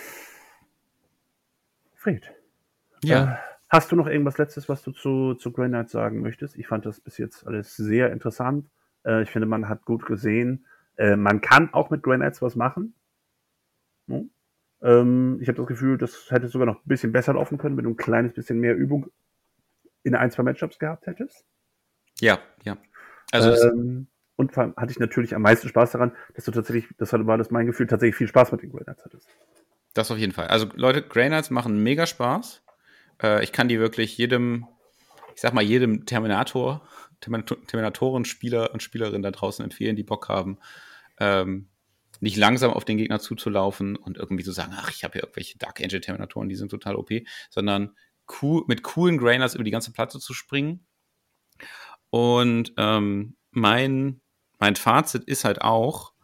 Fred, ja. Äh, hast du noch irgendwas Letztes, was du zu, zu Grey Knights sagen möchtest? Ich fand das bis jetzt alles sehr interessant. Äh, ich finde, man hat gut gesehen. Äh, man kann auch mit Grey Knights was machen. Hm? Ähm, ich habe das Gefühl, das hätte sogar noch ein bisschen besser laufen können, wenn du ein kleines bisschen mehr Übung in ein, zwei Matchups gehabt hättest. Ja, ja. Also ähm, und vor allem hatte ich natürlich am meisten Spaß daran, dass du tatsächlich, das war das mein Gefühl, tatsächlich viel Spaß mit den Grey Knights hattest. Das auf jeden Fall. Also Leute, Grey Knights machen mega Spaß. Äh, ich kann die wirklich jedem, ich sag mal, jedem Terminator, Terminatoren-Spieler und Spielerin da draußen empfehlen, die Bock haben, ähm, nicht langsam auf den Gegner zuzulaufen und irgendwie zu sagen, ach, ich habe hier irgendwelche Dark Angel Terminatoren, die sind total O P, sondern cool, mit coolen Grey Knights über die ganze Platte zu springen. Und ähm, mein, mein Fazit ist halt auch,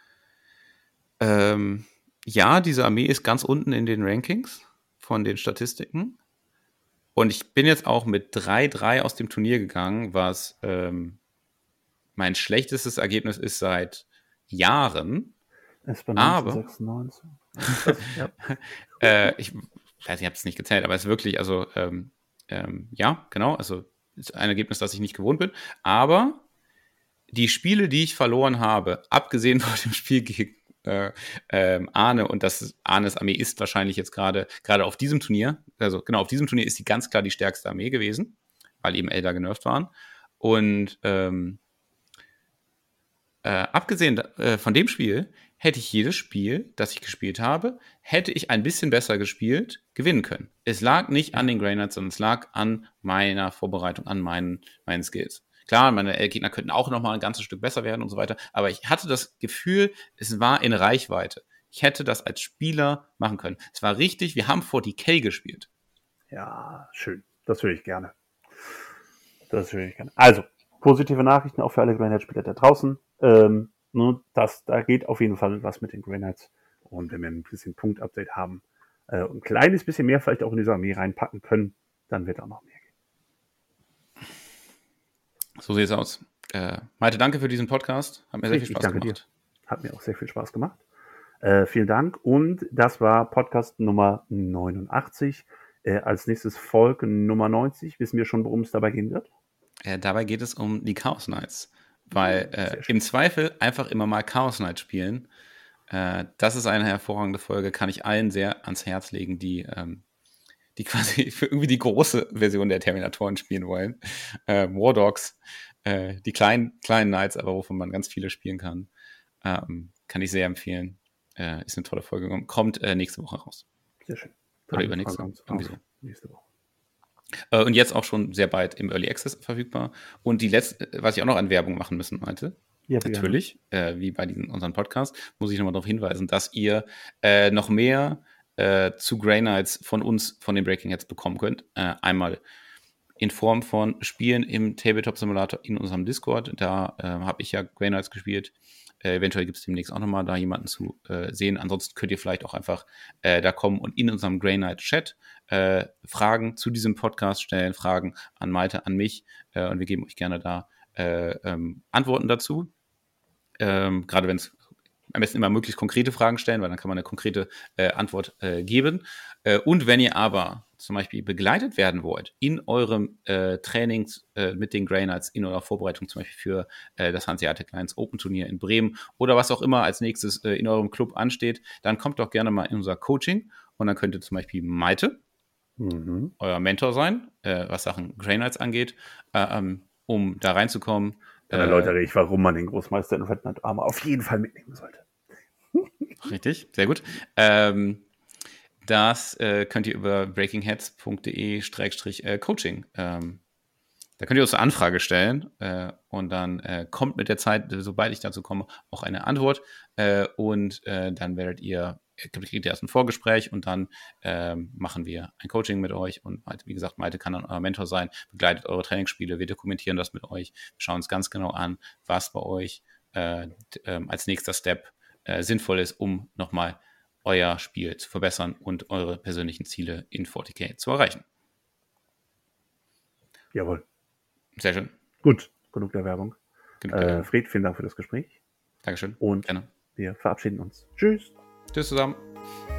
ähm, ja, diese Armee ist ganz unten in den Rankings von den Statistiken. Und ich bin jetzt auch mit drei drei aus dem Turnier gegangen, was ähm, mein schlechtestes Ergebnis ist seit Jahren. Es war neunzehnhundertsechsundneunzig. Ja. äh, ich weiß, ich habe es nicht gezählt, aber es ist wirklich, also ähm, ähm, ja, genau, also ist ein Ergebnis, das ich nicht gewohnt bin. Aber die Spiele, die ich verloren habe, abgesehen von dem Spiel gegen äh, ähm, Arne, und das Arnes Armee ist wahrscheinlich jetzt gerade gerade auf diesem Turnier, also genau, auf diesem Turnier ist sie ganz klar die stärkste Armee gewesen, weil eben Elder genervt waren. Und ähm, äh, abgesehen äh, von dem Spiel, hätte ich jedes Spiel, das ich gespielt habe, hätte ich ein bisschen besser gespielt, gewinnen können. Es lag nicht an den Grey Knights, sondern es lag an meiner Vorbereitung, an meinen, meinen Skills. Klar, meine Gegner könnten auch noch mal ein ganzes Stück besser werden und so weiter, aber ich hatte das Gefühl, es war in Reichweite. Ich hätte das als Spieler machen können. Es war richtig, wir haben vierzig K gespielt. Ja, schön. Das höre ich gerne. Das höre ich gerne. Also, positive Nachrichten auch für alle Grey Knights-Spieler da draußen. Ähm, ne, das, da geht auf jeden Fall was mit den Grey Knights. Und wenn wir ein bisschen Punkt-Update haben, äh, ein kleines bisschen mehr vielleicht auch in diese Armee reinpacken können, dann wird auch noch mehr gehen. So sieht es aus. Äh, Malte, danke für diesen Podcast. Hat mir sehr viel Spaß gemacht. Dir. Hat mir auch sehr viel Spaß gemacht. Äh, vielen Dank. Und das war Podcast Nummer neunundachtzig. Äh, als nächstes Folge Nummer neunzig. Wissen wir schon, worum es dabei gehen wird? Äh, dabei geht es um die Chaos Knights. Weil äh, im Zweifel einfach immer mal Chaos Knights spielen. Äh, das ist eine hervorragende Folge, kann ich allen sehr ans Herz legen, die, ähm, die quasi für irgendwie die große Version der Terminatoren spielen wollen. Äh, War Dogs, äh, die kleinen, kleinen Knights, aber wovon man ganz viele spielen kann. Ähm, kann ich sehr empfehlen. Äh, ist eine tolle Folge. Kommt äh, nächste Woche raus. Sehr schön. Oder übernächste. Irgendwie so. Nächste Woche. Äh, und jetzt auch schon sehr bald im Early Access verfügbar. Und die letzte, was ich auch noch an Werbung machen müssen heute, ja, natürlich, äh, wie bei diesen, unserem Podcast, muss ich nochmal darauf hinweisen, dass ihr äh, noch mehr äh, zu Grey Knights von uns, von den Breaking Heads bekommen könnt. Äh, einmal in Form von Spielen im Tabletop Simulator in unserem Discord. Da äh, habe ich ja Grey Knights gespielt. Äh, eventuell gibt es demnächst auch nochmal da jemanden zu äh, sehen. Ansonsten könnt ihr vielleicht auch einfach äh, da kommen und in unserem Grey Knight Chat äh, Fragen zu diesem Podcast stellen, Fragen an Malte, an mich äh, und wir geben euch gerne da äh, ähm, Antworten dazu. Ähm, gerade wenn es am besten immer möglichst konkrete Fragen stellen, weil dann kann man eine konkrete äh, Antwort äh, geben. Äh, und wenn ihr aber zum Beispiel begleitet werden wollt in eurem äh, Trainings äh, mit den Grey Knights, in eurer Vorbereitung zum Beispiel für äh, das Hanseatic Lions Open Turnier in Bremen oder was auch immer als nächstes äh, in eurem Club ansteht, dann kommt doch gerne mal in unser Coaching und dann könnte zum Beispiel Maite mhm. euer Mentor sein, äh, was Sachen Grey Knights angeht, äh, um, um da reinzukommen. Dann erläutere ich, warum man den Großmeister in Red Knight Armor auf jeden Fall mitnehmen sollte. Richtig, sehr gut. Ähm, das äh, könnt ihr über breakingheads.de äh, Coaching. Ähm, da könnt ihr uns eine Anfrage stellen äh, und dann äh, kommt mit der Zeit, sobald ich dazu komme, auch eine Antwort äh, und äh, dann werdet ihr, kriegt ihr erst ein Vorgespräch und dann äh, machen wir ein Coaching mit euch und Maite, wie gesagt, Maite kann dann euer Mentor sein, begleitet eure Trainingsspiele, wir dokumentieren das mit euch, wir schauen uns ganz genau an, was bei euch äh, äh, als nächster Step äh, sinnvoll ist, um nochmal euer Spiel zu verbessern und eure persönlichen Ziele in vierzig K zu erreichen. Jawohl. Sehr schön. Gut, genug der Werbung. Genug der Werbung. Äh, Fred, vielen Dank für das Gespräch. Dankeschön. Und gerne. Wir verabschieden uns. Tschüss. Tschüss zusammen.